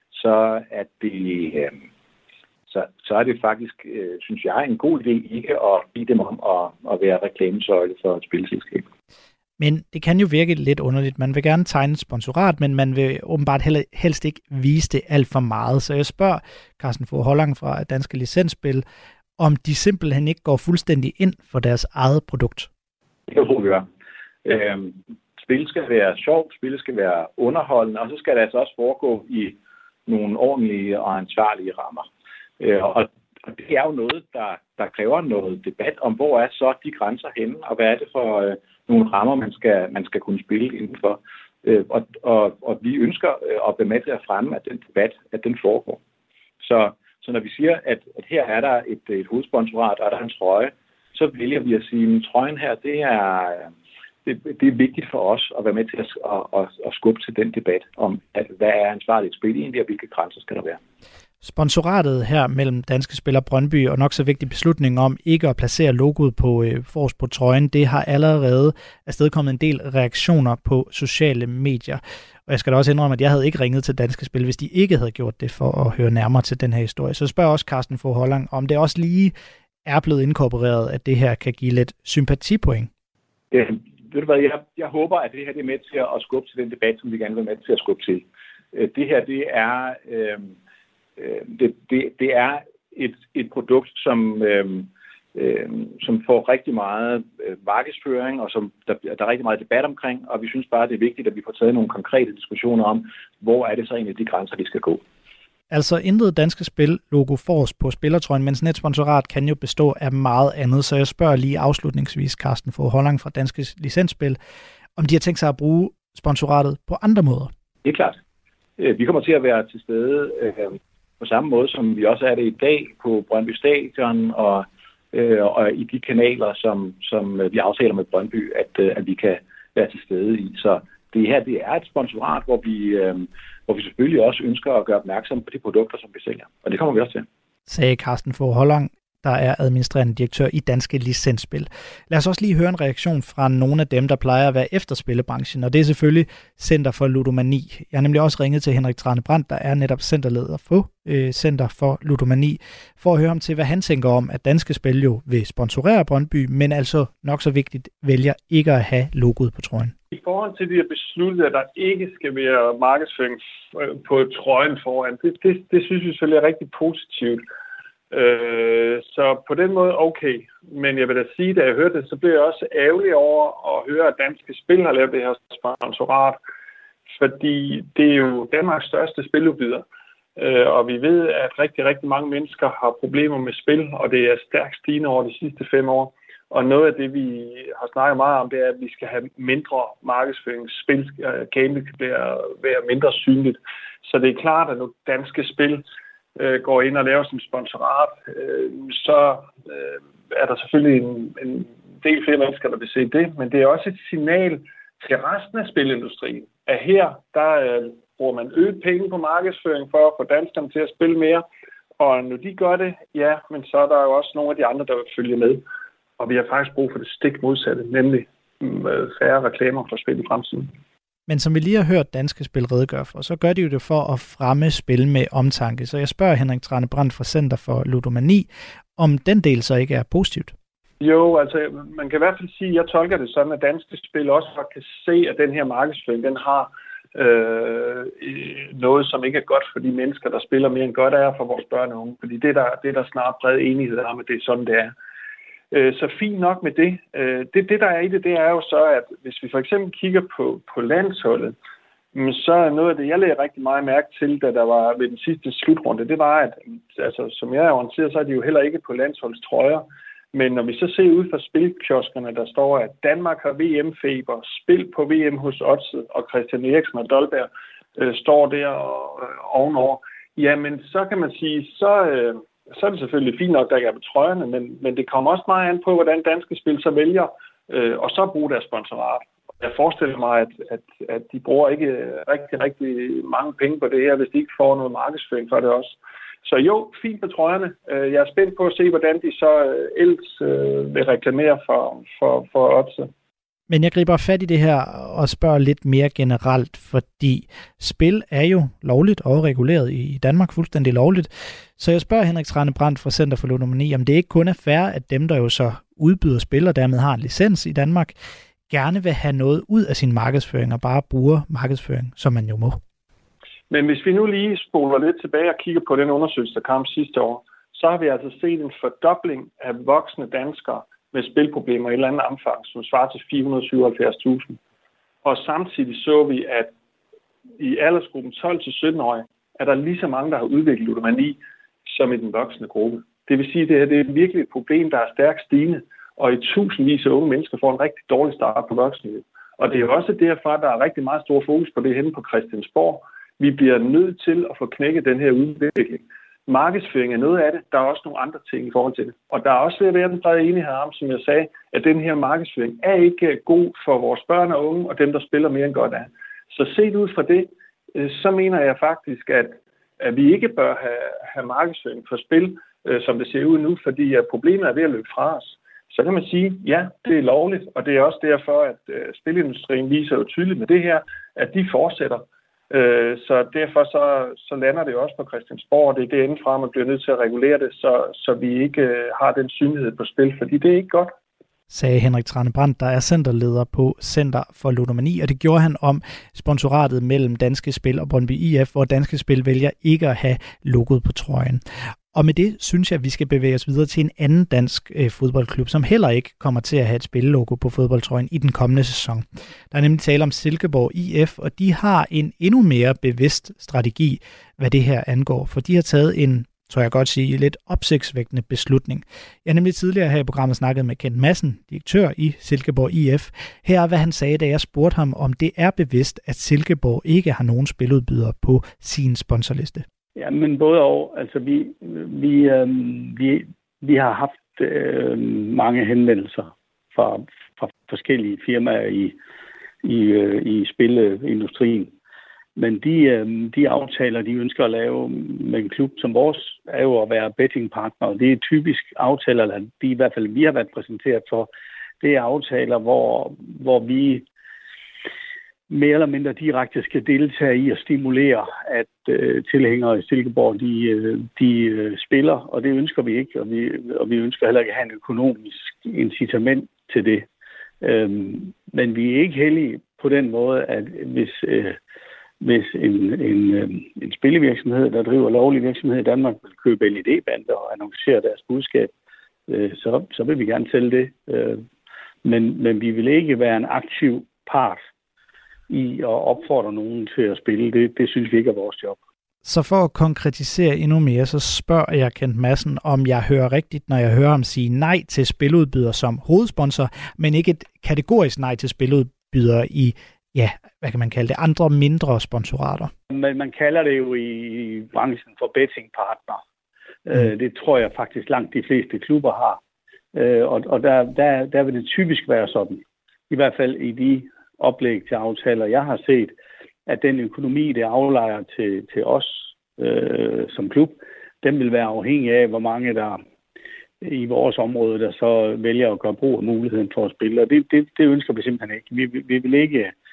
så er det, øh, så, så er det faktisk, øh, synes jeg, en god idé ikke at bede dem om at, at være reklamesøjle for et spilselskab. Men det kan jo virke lidt underligt. Man vil gerne tegne et sponsorat, men man vil åbenbart helst ikke vise det alt for meget. Så jeg spørger Carsten Fogh Hollang fra Danske Licensspil, om de simpelthen ikke går fuldstændig ind for deres eget produkt. Det kan jeg tro, vi gør. Øhm, spil skal være sjovt, spil skal være underholdende, og så skal det altså også foregå i nogle ordentlige og ansvarlige rammer. Øh, og Og det er jo noget, der, der kræver noget debat om, hvor er så de grænser henne, og hvad er det for øh, nogle rammer, man skal, man skal kunne spille indenfor. Øh, og, og, og vi ønsker øh, at være med til at fremme, at den debat, at den foregår. Så, så når vi siger, at, at her er der et, et hovedsponsorat, og der er en trøje, så vælger vi at sige, at trøjen her, det er, det, det er vigtigt for os at være med til at, at, at, at skubbe til den debat om, at, hvad er ansvarligt spil egentlig, og hvilke grænser skal der være. Sponsoratet her mellem Danske Spil og Brøndby, og nok så vigtig beslutning om ikke at placere logoet på øh, forrest på trøjen, det har allerede afstedkommet en del reaktioner på sociale medier. Og jeg skal da også indrømme, at jeg havde ikke ringet til Danske Spil, hvis de ikke havde gjort det, for at høre nærmere til den her historie. Så spørger også Carsten Fogh Hollang, om det også lige er blevet inkorporeret, at det her kan give lidt sympatipoint. Øh, ved du hvad, jeg, jeg håber, at det her det er med til at skubbe til den debat, som vi gerne vil være med til at skubbe til. Øh, det her, det er... Øh, Det, det, det er et, et produkt, som, øh, øh, som får rigtig meget øh, markedsføring, og som der, der er rigtig meget debat omkring, og vi synes bare, det er vigtigt, at vi får taget nogle konkrete diskussioner om, hvor er det så egentlig de grænser, de skal gå. Altså intet Danske Spil logo forrest på spillertrøjen, mens netsponsorat kan jo bestå af meget andet, så jeg spørger lige afslutningsvis Carsten Fogh Hollang fra Danske Licensspil, om de har tænkt sig at bruge sponsoratet på andre måder. Det er klart. Vi kommer til at være til stede øh, på samme måde, som vi også er det i dag på Brøndby Stadion og, øh, og i de kanaler, som, som vi aftaler med Brøndby, at, øh, at vi kan være til stede i. Så det her det er et sponsorat, hvor vi, øh, hvor vi selvfølgelig også ønsker at gøre opmærksom på de produkter, som vi sælger. Og det kommer vi også til. Sagde Carsten Fogh Hollang, der er administrerende direktør i Danske Licensspil. Lad os også lige høre en reaktion fra nogle af dem, der plejer at være efter spillebranchen, og det er selvfølgelig Center for Ludomani. Jeg har nemlig også ringet til Henrik Tranebrandt, der er netop centerleder for øh, Center for Ludomani, for at høre om til, hvad han tænker om, at Danske Spil jo vil sponsorere Brøndby, men altså nok så vigtigt vælger ikke at have logoet på trøjen. I forhold til, at vi har besluttet, at der ikke skal være markedsføring på trøjen foran, det, det, det synes vi selvfølgelig er rigtig positivt. Så på den måde okay, men jeg vil da sige, da jeg hørte det, så blev jeg også ærgerlig over at høre, at Danske Spil har lavet det her sponsorat, fordi det er jo Danmarks største spiludbyder, og vi ved, at rigtig, rigtig mange mennesker har problemer med spil, og det er stærkt stigende over de sidste fem år. Og noget af det, vi har snakket meget om, det er, at vi skal have mindre markedsføring. Spil kan være mindre synligt. Så det er klart, at når Danske Spil går ind og laver som sponsorat, så er der selvfølgelig en, en del flere mennesker, der vil se det, men det er også et signal til resten af spilindustrien, at her, der bruger man øget penge på markedsføring for at få danskerne til at spille mere, og når de gør det, ja, men så er der jo også nogle af de andre, der vil følge med, og vi har faktisk brug for det stik modsatte, nemlig færre reklamer for spil i fremtiden. Men som vi lige har hørt Danske Spil redegøre for, så gør de jo det for at fremme spil med omtanke. Så jeg spørger Henrik Tranebrandt fra Center for Ludomani, om den del så ikke er positivt. Jo, altså man kan i hvert fald sige, at jeg tolker det sådan, at Danske Spil også kan se, at den her markedsføring, den har øh, noget, som ikke er godt for de mennesker, der spiller mere end godt er for vores børn og unge. Fordi det er der, det er der snart bred enighed om, at det er sådan, det er. Øh, så fint nok med det. Øh, det. Det, der er i det, det er jo så, at hvis vi for eksempel kigger på, på landsholdet, så er noget af det, jeg lagde rigtig meget mærke til, da der var ved den sidste slutrunde, det var, at altså, som jeg er orienteret, så er de jo heller ikke på landsholdstrøjer. Men når vi så ser ud fra spilkioskerne, der står, at Danmark har V M-feber, spil på V M hos Odset, og Christian Eriksen og Dolberg øh, står der og, øh, ovenover, jamen så kan man sige, så, øh, så er det selvfølgelig fint nok, der ikke er på trøjerne, men, men det kommer også meget an på, hvordan Danske Spil så vælger, øh, og så bruge deres sponsorat. Jeg forestiller mig, at, at, at de bruger ikke rigtig, rigtig mange penge på det her, hvis de ikke får noget markedsføring for det også. Så jo, fint på trøjerne. Jeg er spændt på at se, hvordan de så ellers vil reklamere for, for, for Odset. Men jeg griber fat i det her og spørger lidt mere generelt, fordi spil er jo lovligt og reguleret i Danmark, fuldstændig lovligt. Så jeg spørger Henrik Tranebrandt fra Center for Ludomani, om det ikke kun er fair, at dem, der jo så udbyder spil og dermed har en licens i Danmark, gerne vil have noget ud af sin markedsføring og bare bruger markedsføring, som man jo må. Men hvis vi nu lige spoler lidt tilbage og kigger på den undersøgelse, der kom sidste år, så har vi altså set en fordobling af voksne danskere med spilproblemer i et eller andet omfang, som svarer til fire hundrede og syvoghalvfjerds tusind. Og samtidig så vi, at i aldersgruppen tolv til sytten-årige er der lige så mange, der har udviklet ludomani, som i den voksne gruppe. Det vil sige, at det her det er virkelig et problem, der er stærkt stigende, og i tusindvis af unge mennesker får en rigtig dårlig start på voksenlivet. Og det er jo også derfor, at der er rigtig meget stor fokus på det henne på Christiansborg. Vi bliver nødt til at få knækket den her udvikling. Markedsføring er noget af det. Der er også nogle andre ting i forhold til det. Og der er også ved at være den brede enighed om, som jeg sagde, at den her markedsføring er ikke god for vores børn og unge og dem, der spiller mere end godt af. Så set ud fra det, så mener jeg faktisk, at, at vi ikke bør have, have markedsføring for spil, som det ser ud nu, fordi problemet er ved at løbe fra os. Så kan man sige, ja, det er lovligt, og det er også derfor, at spilindustrien viser jo tydeligt med det her, at de fortsætter. Så derfor så, så lander det jo også på Christiansborg, og det er det indenfra, man bliver nødt til at regulere det, så, så vi ikke har den synlighed på spil, fordi det er ikke godt. Sagde Henrik Tranebrandt, der er centerleder på Center for Ludomani, og det gjorde han om sponsoratet mellem Danske Spil og Brøndby I F, hvor Danske Spil vælger ikke at have logoet på trøjen. Og med det synes jeg, at vi skal bevæge os videre til en anden dansk øh, fodboldklub, som heller ikke kommer til at have et spillelogo på fodboldtrøjen i den kommende sæson. Der er nemlig tale om Silkeborg I F, og de har en endnu mere bevidst strategi, hvad det her angår, for de har taget en, tror jeg godt sige, lidt opsigtsvækkende beslutning. Jeg har nemlig tidligere her i programmet snakket med Kent Madsen, direktør i Silkeborg I F. Her er, hvad han sagde, da jeg spurgte ham, om det er bevidst, at Silkeborg ikke har nogen spiludbydere på sin sponsorliste. Ja, men både og. Altså, vi, vi, øh, vi, vi har haft øh, mange henvendelser fra, fra forskellige firmaer i, i, øh, i spilindustrien. Men de, øh, de aftaler, de ønsker at lave med en klub som vores, er jo at være bettingpartner. Det er typisk aftaler, eller de i hvert fald vi har været præsenteret for. Det er aftaler, hvor, hvor vi mere eller mindre direkte skal deltage i at stimulere, at øh, tilhængere i Silkeborg, de, øh, de øh, spiller, og det ønsker vi ikke, og vi, og vi ønsker heller ikke at have en økonomisk incitament til det. Øhm, men vi er ikke heldige på den måde, at hvis, øh, hvis en, en, øh, en spillevirksomhed, der driver lovlig virksomhed i Danmark, vil købe L E D-bander og annoncere deres budskab, øh, så, så vil vi gerne sælge det. Øh, men, men vi vil ikke være en aktiv part i at opfordre nogen til at spille. Det, det synes vi ikke er vores job. Så for at konkretisere endnu mere, så spørger jeg Kent Madsen, om jeg hører rigtigt, når jeg hører ham sige nej til spiludbyder som hovedsponsor, men ikke et kategorisk nej til spiludbyder i, ja, hvad kan man kalde det, andre mindre sponsorater. Men man kalder det jo i branchen for bettingpartner. Mm. Det tror jeg faktisk langt de fleste klubber har. Og, og der, der, der vil det typisk være sådan. I hvert fald i de oplæg til aftaler, jeg har set, at den økonomi, det aflejer til, til os øh, som klub, den vil være afhængig af, hvor mange der i vores område, der så vælger at gøre brug af muligheden for at spille. Og det, det, det ønsker vi simpelthen ikke. Vi, vi vil ikke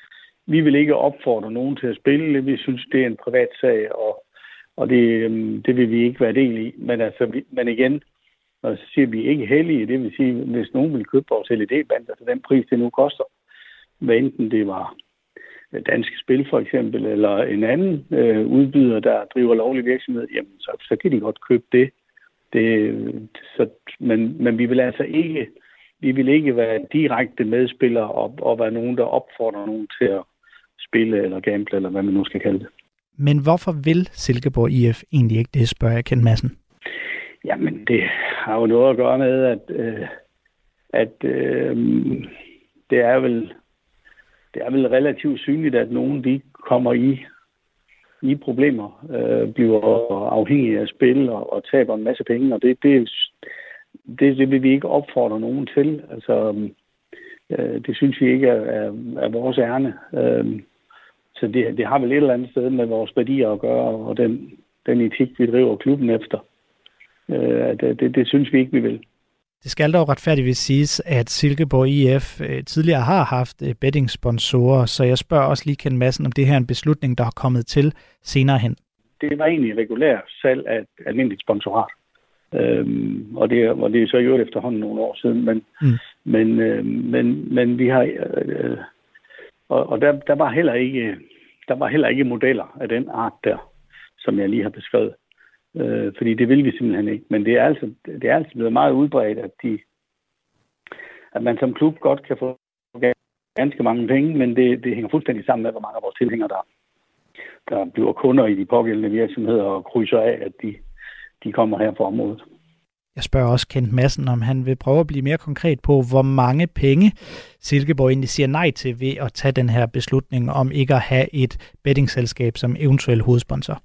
vi vil ikke opfordre nogen til at spille. Vi synes, det er en privat sag, og, og det, det vil vi ikke være del i. Men, altså, vi, men igen, når så siger vi ikke heldige, det vil sige, hvis nogen vil købe vores L E D-band, altså den pris, det nu koster, hvad enten det var Danske Spil for eksempel, eller en anden øh, udbyder, der driver lovlig virksomhed, jamen så, så kan de godt købe det. det så, men, men vi vil altså ikke, vi vil ikke være direkte medspillere og, og være nogen, der opfordrer nogen til at spille eller gamble, eller hvad man nu skal kalde det. Men hvorfor vil Silkeborg I F egentlig ikke det, spørger jeg Kent Madsen? Jamen, det har jo noget at gøre med, at, øh, at øh, det er vel det er vel relativt synligt, at nogen de kommer i, i problemer, øh, bliver afhængige af spil og, og taber en masse penge, og det, det, det, det vil vi ikke opfordre nogen til. Altså, øh, det synes vi ikke er, er, er vores ærne. Øh, så det, det har vel et eller andet sted med vores værdier at gøre, og den, den etik, vi driver klubben efter. Øh, det, det, det synes vi ikke, vi vil. Det skal dog retfærdigvis siges, at Silkeborg I F øh, tidligere har haft øh, bettingsponsorer, så jeg spørger også lige Kent Madsen, om det her er en beslutning, der er kommet til senere hen. Det var egentlig regulær salg af et almindeligt sponsorat, øhm, og, det, og det er så gjort efterhånden nogle år siden, men, mm. men, øh, men, men vi har, øh, og, og der, der, var heller ikke, der var heller ikke modeller af den art der, som jeg lige har beskrevet. Øh, fordi det vil vi simpelthen ikke. Men det er altså, det er altså blevet meget udbredt, at, de, at man som klub godt kan få ganske mange penge, men det, det hænger fuldstændig sammen med, hvor mange af vores tilhængere, der, der bliver kunder i de pågældende virksomheder og krydser af, at de, de kommer her på området. Jeg spørger også Kent Madsen, om han vil prøve at blive mere konkret på, hvor mange penge Silkeborg egentlig siger nej til ved at tage den her beslutning om ikke at have et bettingselskab som eventuel hovedsponsor.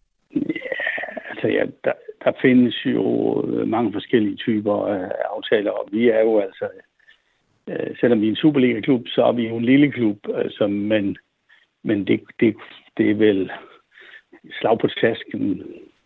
Ja, der, der findes jo mange forskellige typer af aftaler, og vi er jo altså, øh, selvom vi er en Superliga-klub, så er vi jo en lille klub, altså, men, men det, det, det er vel slag på tasken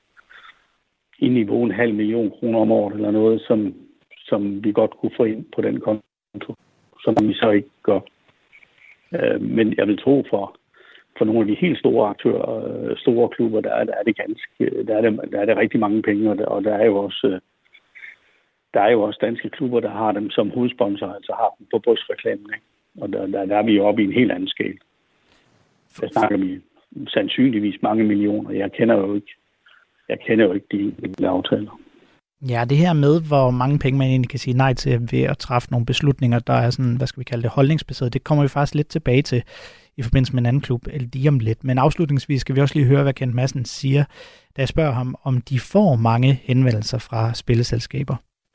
i niveau en halv million kroner om året eller noget, som, som vi godt kunne få ind på den konto, som vi så ikke gør. Øh, men jeg vil tro for For nogle af de helt store aktører, store klubber, der er, der er det ganske, der er det, der er det rigtig mange penge, og der, og der er jo også, der er jo også danske klubber, der har dem som hovedsponsor, altså har dem på brystreklamen, ikke? Og der, der, der er vi jo oppe i en helt anden skala. Der snakker vi sandsynligvis mange millioner. Jeg kender jo ikke, jeg kender jo ikke de, de aftaler. Ja, det her med, hvor mange penge man egentlig kan sige nej til ved at træffe nogle beslutninger, der er sådan, hvad skal vi kalde det, holdningsbaseret, det kommer vi faktisk lidt tilbage til i forbindelse med en anden klub, eller lige om lidt. Men afslutningsvis skal vi også lige høre, hvad Kent Madsen siger, da jeg spørger ham, om de får mange henvendelser fra spilleselskaber.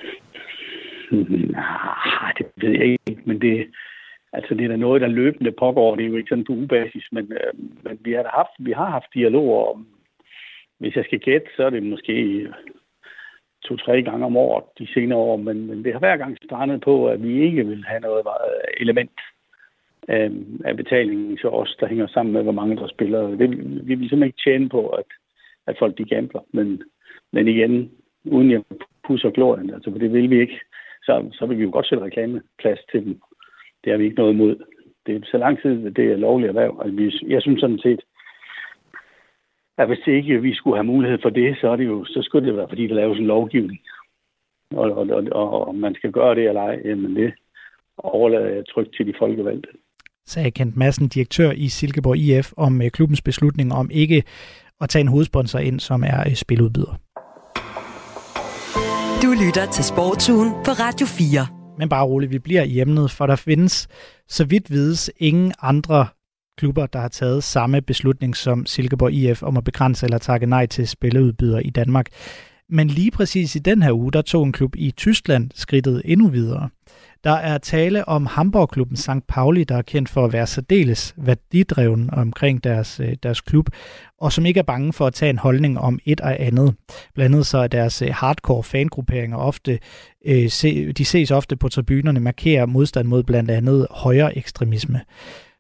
Nej, det ved jeg ikke, men det, altså det er da noget, der løbende pågår. Det er jo ikke sådan på ugebasis, men, øh, men vi, har haft, vi har haft dialoger om, hvis jeg skal gætte, så er det måske to-tre gange om året de senere år, men, men det har hver gang strandet på, at vi ikke vil have noget element af, af betalingen til os, der hænger sammen med, hvor mange der spiller. Det, vi vil simpelthen ikke tjene på, at, at folk de gambler, men, men igen, uden jeg pusser glorien, altså for det vil vi ikke, så, så vil vi jo godt sætte reklameplads til dem. Det har vi ikke noget imod. Det er så lang tid, det er lovligt erhverv. Altså, jeg synes sådan set, at hvis ikke vi skulle have mulighed for det, så, er det jo, så skulle det være, fordi der laves en lovgivning. Og, og, og, og om man skal gøre det eller ej, jamen det overlader jeg trygt til de folkevalgte. Sagde Kent Madsen, direktør i Silkeborg I F, om klubbens beslutning om ikke at tage en hovedsponsor ind, som er spiludbyder. Du lytter til Sportsugen på Radio fire. Men bare roligt, vi bliver i emnet, for der findes, så vidt vides, ingen andre klubber, der har taget samme beslutning som Silkeborg I F om at begrænse eller takke nej til spilleudbydere i Danmark. Men lige præcis i den her uge, der tog en klub i Tyskland skridtet endnu videre. Der er tale om Hamburg-klubben Sankt Pauli, der er kendt for at være særdeles værdidreven omkring deres, deres klub, og som ikke er bange for at tage en holdning om et og andet. Blandt andet så er deres hardcore fangrupperinger ofte, øh, se, de ses ofte på tribunerne, markerer modstand mod blandt andet højre ekstremisme.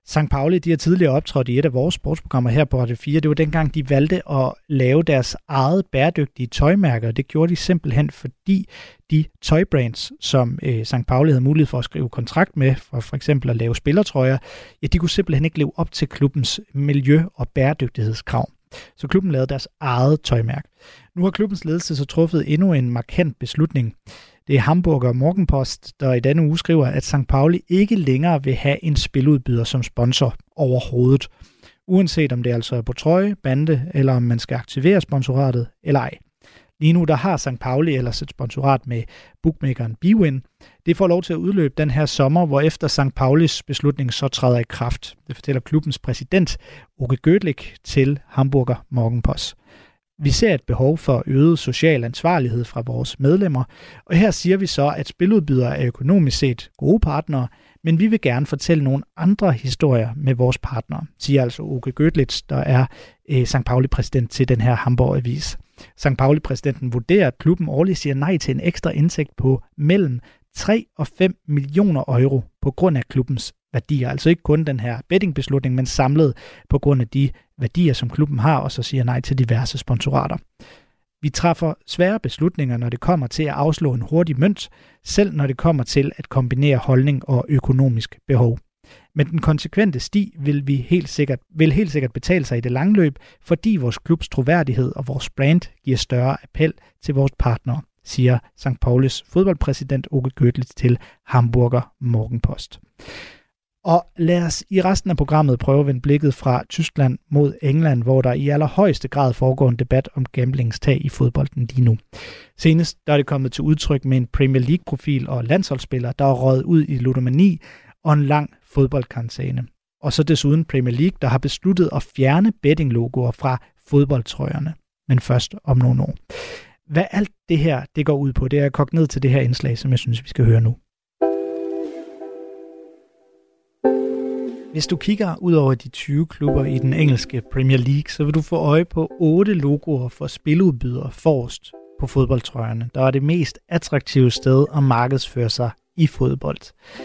Sankt Pauli, de har tidligere optrådt i et af vores sportsprogrammer her på Radio fire. Det var dengang, de valgte at lave deres eget bæredygtige tøjmærker. Det gjorde de simpelthen, fordi de tøjbrands, som øh, Sankt Pauli havde mulighed for at skrive kontrakt med, for for eksempel at lave spillertrøjer, ja, de kunne simpelthen ikke leve op til klubbens miljø- og bæredygtighedskrav. Så klubben lavede deres eget tøjmærke. Nu har klubbens ledelse så truffet endnu en markant beslutning. Det er Hamburger Morgenpost, der i denne uge skriver, at Sankt Pauli ikke længere vil have en spiludbyder som sponsor overhovedet. Uanset om det altså er på trøje, bande, eller om man skal aktivere sponsoratet eller ej. Lige nu der har Sankt Pauli ellers et sponsorat med bookmakeren Bwin. Det får lov til at udløbe den her sommer, hvor efter Sankt Paulis beslutning så træder i kraft. Det fortæller klubbens præsident Åke Gödlich til Hamburger Morgenpost. Vi ser et behov for øget social ansvarlighed fra vores medlemmer, og her siger vi så, at spiludbydere er økonomisk set gode partnere, men vi vil gerne fortælle nogle andre historier med vores partnere, siger altså Åke Gödlich, der er eh, Sankt Pauli-præsident til den her Hamburg-avis. Sankt Pauli-præsidenten vurderer, at klubben årligt siger nej til en ekstra indtægt på mellem tre og fem millioner euro på grund af klubbens værdier. Altså ikke kun den her bettingbeslutning, men samlet på grund af de værdier, som klubben har, og så siger nej til diverse sponsorater. Vi træffer svære beslutninger, når det kommer til at afslå en hurtig mønt, selv når det kommer til at kombinere holdning og økonomisk behov. Men den konsekvente sti vil vi helt sikkert, vil helt sikkert betale sig i det lange løb, fordi vores klubs troværdighed og vores brand giver større appel til vores partnere, siger Sankt Paulis fodboldpræsident Åke Gödlich til Hamburger Morgenpost. Og lad os i resten af programmet prøve at vende blikket fra Tyskland mod England, hvor der i allerhøjeste grad foregår en debat om gamblingstag i fodbolden lige nu. Senest der er det kommet til udtryk med en Premier League-profil og landsholdsspiller, der er røget ud i ludomani og en lang fodboldkarantæne. Og så desuden Premier League, der har besluttet at fjerne bettinglogoer fra fodboldtrøjerne. Men først om nogle år. Hvad alt det her det går ud på, det er kogt ned til det her indslag, som jeg synes, vi skal høre nu. Hvis du kigger ud over de tyve klubber i den engelske Premier League, så vil du få øje på otte logoer for spiludbydere forrest på fodboldtrøjerne, der er det mest attraktive sted at markedsføre sig i fodbold.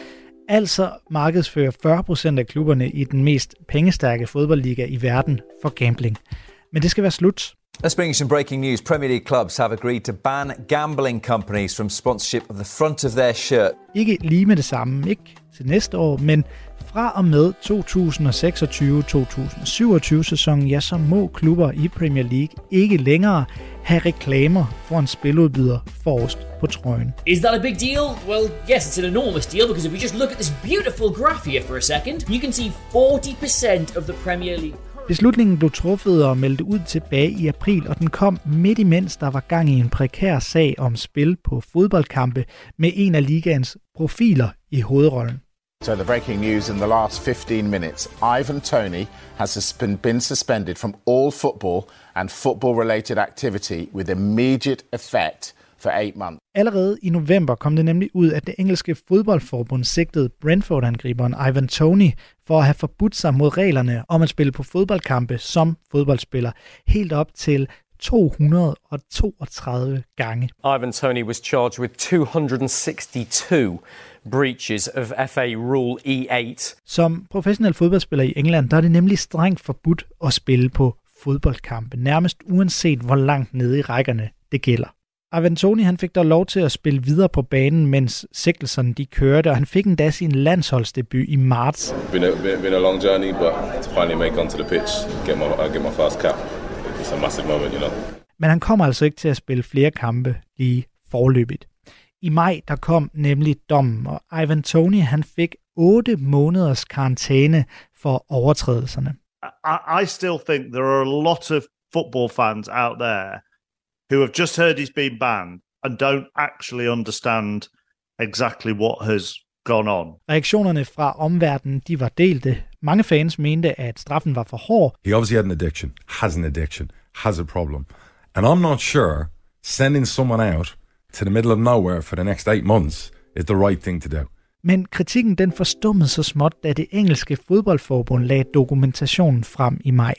Altså markedsfører fyrre procent af klubberne i den mest pengestærke fodboldliga i verden for gambling. Men det skal være slut. Let's bring you some breaking news. Premier League clubs have agreed to ban gambling companies from sponsorship of the front of their shirt. Ikke lige med det samme, ikke til næste år, men fra og med to tusind seksogtyve til to tusind syvogtyve sæsonen, ja, så må klubber i Premier League ikke længere have reklamer for en spiludbyder forrest på trøjen. Is that a big deal? Well, yes, it's an enormous deal, because if we just look at this beautiful graph here for a second, you can see forty percent of the Premier League. Beslutningen blev truffet og meldte ud tilbage i april, og den kom midt imens der var gang i en prekær sag om spil på fodboldkampe med en af ligaens profiler i hovedrollen. So the breaking news in the last fifteen minutes. Ivan Toney has been suspended from all football and football-related activity with immediate effect for eight months. Allerede i november kom det nemlig ud, at det engelske fodboldforbund sigtede Brentford-angriberen Ivan Toney for at have forbudt sig mod reglerne om at spille på fodboldkampe som fodboldspiller helt op til to hundrede toogtredive gange. Ivan Toney was charged with two hundred sixty-two breaches of F A Rule E otte. Som professionel fodboldspiller i England, der er det nemlig strengt forbudt at spille på fodboldkampe, nærmest uanset hvor langt nede i rækkerne det gælder. Ivan Toney han fik dog lov til at spille videre på banen, mens sigtelserne de kørte, og han fik endda sin landsholdsdebut i marts. Been a, been a long journey, but to finally make onto the pitch, get my, uh, get my first cap, it's a massive moment, you know. Men han kommer altså ikke til at spille flere kampe lige forløbigt. I maj der kom nemlig dommen, og Ivan Toney han fik otte måneders karantæne for overtrædelserne. I, I still think there are a lot of football fans out there who have just heard he's been banned and don't actually understand exactly what has gone on. Reaktionerne fra omverdenen, de var delte. Mange fans mente, at straffen var for hård. He obviously had an addiction, has an addiction, has a problem. And I'm not sure sending someone out to the middle of nowhere for the next eight months is the right thing to do. Men kritikken den forstummede så småt, da det engelske fodboldforbund lagde dokumentationen frem i maj.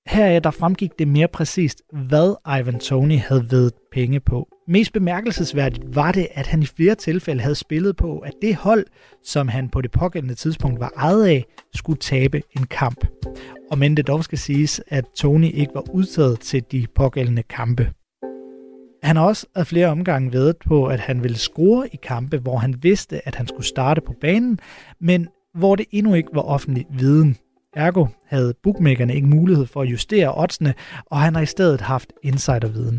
Heraf der fremgik det mere præcist, hvad Ivan Toney havde vedet penge på. Mest bemærkelsesværdigt var det, at han i flere tilfælde havde spillet på, at det hold, som han på det pågældende tidspunkt var ejet af, skulle tabe en kamp. Og men det dog skal siges, at Toney ikke var udtaget til de pågældende kampe. Han har også af flere omgange vedet på, at han ville score i kampe, hvor han vidste, at han skulle starte på banen, men hvor det endnu ikke var offentlig viden. Ergo havde bookmakerne ikke mulighed for at justere oddsene, og han har i stedet haft insiderviden.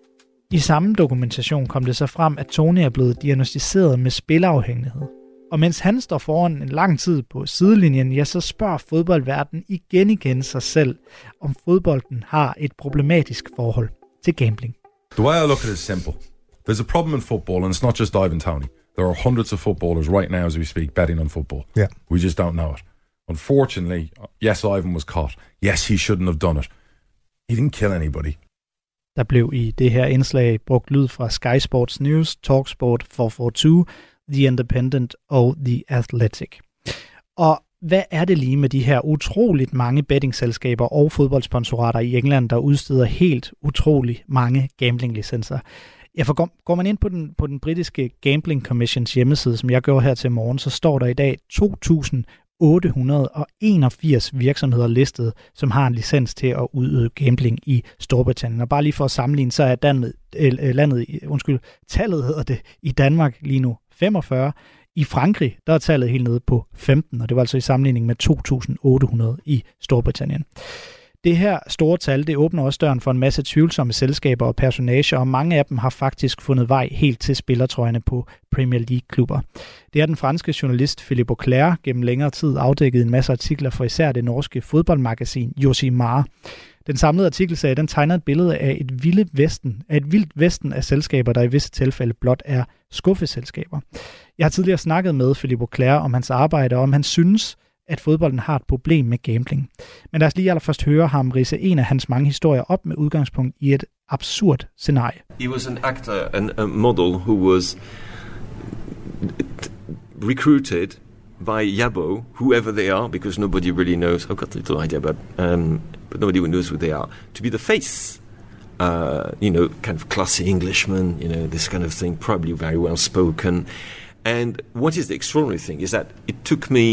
I samme dokumentation kom det så frem, at Toney er blevet diagnosticeret med spilafhængighed. Og mens han står foran en lang tid på sidelinjen, ja, så spørger fodboldverdenen igen igen sig selv, om fodbolden har et problematisk forhold til gambling. The way I look at it is simple. There's a problem in football, and it's not just Ivan Toney. There are hundreds of footballers right now as we speak betting on football. Yeah. We just don't know it. Unfortunately, yes, Ivan was caught. Yes, he shouldn't have done it. He didn't kill anybody. Der blev i det her indslag brugt lyd fra Sky Sports News, Talksport fire fire to, The Independent og The Athletic. Og hvad er det lige med de her utroligt mange bettingselskaber og fodboldsponsorater i England, der udsteder helt utroligt mange gamblinglicenser? Ja, for går, går man ind på den, på den britiske Gambling Commissions hjemmeside, som jeg gjorde her til morgen, så står der i dag to tusind otte hundrede og enogfirs virksomheder listet, som har en licens til at udøve gambling i Storbritannien. Og bare lige for at sammenligne, så er landet, øh, landet undskyld, tallet hedder det i Danmark lige nu femogfyrre. I Frankrig, der er tallet helt nede på femten, og det var altså i sammenligning med to tusind otte hundrede i Storbritannien. Det her store tal, det åbner også døren for en masse tvivlsomme selskaber og personager, og mange af dem har faktisk fundet vej helt til spillertrøjerne på Premier League-klubber. Det er den franske journalist Philippe Auclair gennem længere tid afdækket en masse artikler for især det norske fodboldmagasin Josimar. Den samlede artikelserie, den tegner et billede af et vildt vesten, af et vildt vesten af selskaber, der i visse tilfælde blot er skuffeselskaber. Jeg har tidligere snakket med Philippe Auclair om hans arbejde, og om han synes, at fodbolden har et problem med gambling. Men lad os lige allerførst høre ham ridse en af hans mange historier op med udgangspunkt i et absurd scenarie. He was an actor and a model who was recruited by Yabo, whoever they are, because nobody really knows. I've got a little idea, but um, but nobody knows who they are. To be the face, uh, you know, kind of classy Englishman, you know, this kind of thing, probably very well spoken. And what is the extraordinary thing is that it took me,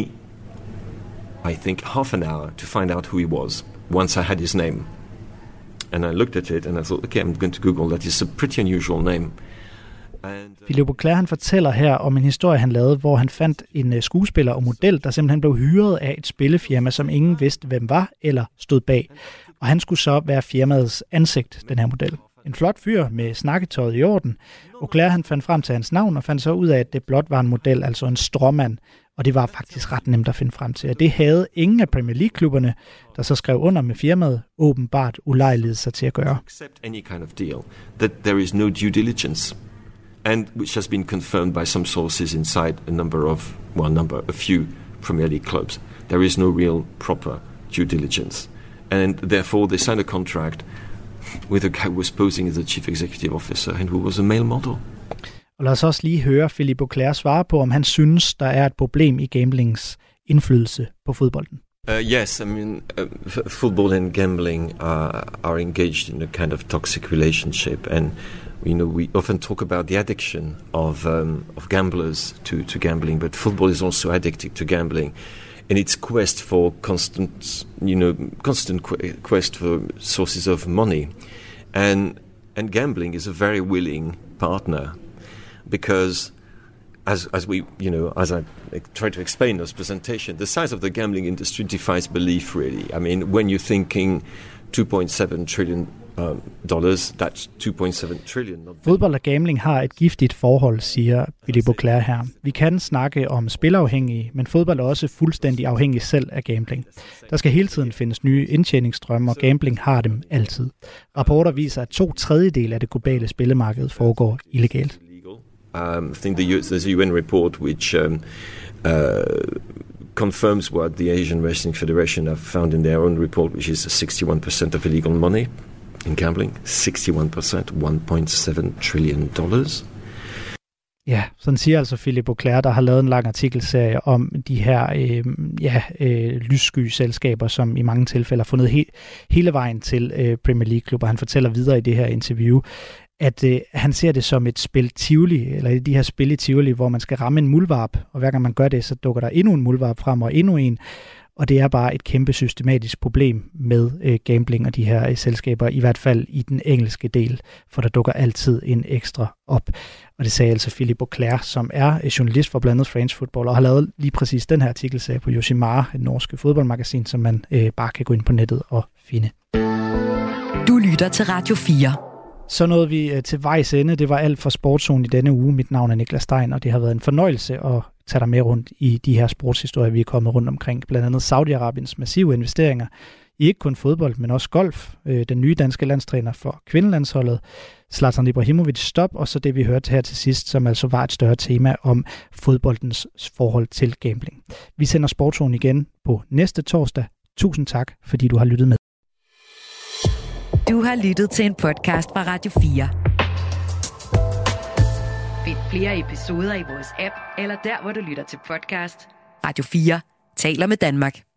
I think, half an hour to find out who he was once I had his name. And I looked at it and I thought, okay, I'm going to Google that. It's a pretty unusual name. And, uh... Philippe Auclair, han fortæller her om en historie, han lavede, hvor han fandt en skuespiller og model, der simpelthen blev hyret af et spillefirma, som ingen vidste, hvem var eller stod bag. Og han skulle så være firmaets ansigt, den her model. En flot fyr med snakketøjet i orden. Auclair, han fandt frem til hans navn og fandt så ud af, at det blot var en model, altså en stråmand. Og det var faktisk ret nemt at finde frem til. Og det havde ingen af Premier League-klubberne, der så skrev under med firmaet, åbenbart ulejliget sig til at gøre. Accept any kind of deal, that there is no due diligence, and which has been confirmed by some sources inside a number of, well, number, a few Premier League clubs. There is no real proper due diligence, and therefore they signed a contract with a guy who was posing as a chief executive officer and who was a male model. Og lad os også lige høre Philippe Auclair svare på, om han synes, der er et problem i gamblings indflydelse på fodbolden. Uh, yes, I mean, uh, f- football and gambling are, are engaged in a kind of toxic relationship, and you know we often talk about the addiction of um, of gamblers to, to gambling, but football is also addicted to gambling, in its quest for constant, you know, constant qu- quest for sources of money, and and gambling is a very willing partner, because as as we, you know, as I try to explain in this presentation, the size of the gambling industry defies belief, really. I mean, when you're thinking two point seven trillion um, dollars, that's two point seven trillion. Fodbold og gambling har et giftigt forhold, siger Philippe Auclair her. Vi kan snakke om spilafhængige, men fodbold er også fuldstændig afhængig selv af gambling. Der skal hele tiden findes nye indtjeningsstrømme, og gambling har dem altid. Rapporter viser, at to tredjedele af det globale spillemarked foregår illegalt. Um, I think the, there's a U N report which um, uh, confirms what the Asian Wrestling Federation have found in their own report, which is sixty-one percent of illegal money in gambling. sixty-one percent, one point seven trillion dollars. Ja, sådan siger altså Philippe Auclair, der har lavet en lang artikelserie om de her øh, ja, øh, lyssky selskaber, som i mange tilfælde har fundet he- hele vejen til øh, Premier League-klubber. Han fortæller videre i det her interview, at øh, han ser det som et spil Tivoli, eller de her spil i Tivoli, hvor man skal ramme en muldvarp, og hver gang man gør det, så dukker der endnu en muldvarp frem, og endnu en. Og det er bare et kæmpe systematisk problem med øh, gambling og de her øh, selskaber, i hvert fald i den engelske del, for der dukker altid en ekstra op. Og det sagde altså Philippe Auclair, som er øh, journalist for blandt andet France Football, og har lavet lige præcis den her artikelserie på Josimar, et norske fodboldmagasin, som man øh, bare kan gå ind på nettet og finde. Du lytter til Radio fire. Så nåede vi øh, til vejs ende. Det var alt for Sportszone i denne uge. Mit navn er Niklas Stein, og det har været en fornøjelse at tage dig med rundt i de her sportshistorier, vi er kommet rundt omkring. Blandt andet Saudi-Arabiens massive investeringer i ikke kun fodbold, men også golf. Den nye danske landstræner for kvindelandsholdet, Zlatan Ibrahimovic stop, og så det vi hørte her til sidst, som altså var et større tema om fodboldens forhold til gambling. Vi sender Sportszone igen på næste torsdag. Tusind tak, fordi du har lyttet med. Du har lyttet til en podcast fra Radio fire. Find flere episoder i vores app, eller der, hvor du lytter til podcast. Radio fire taler med Danmark.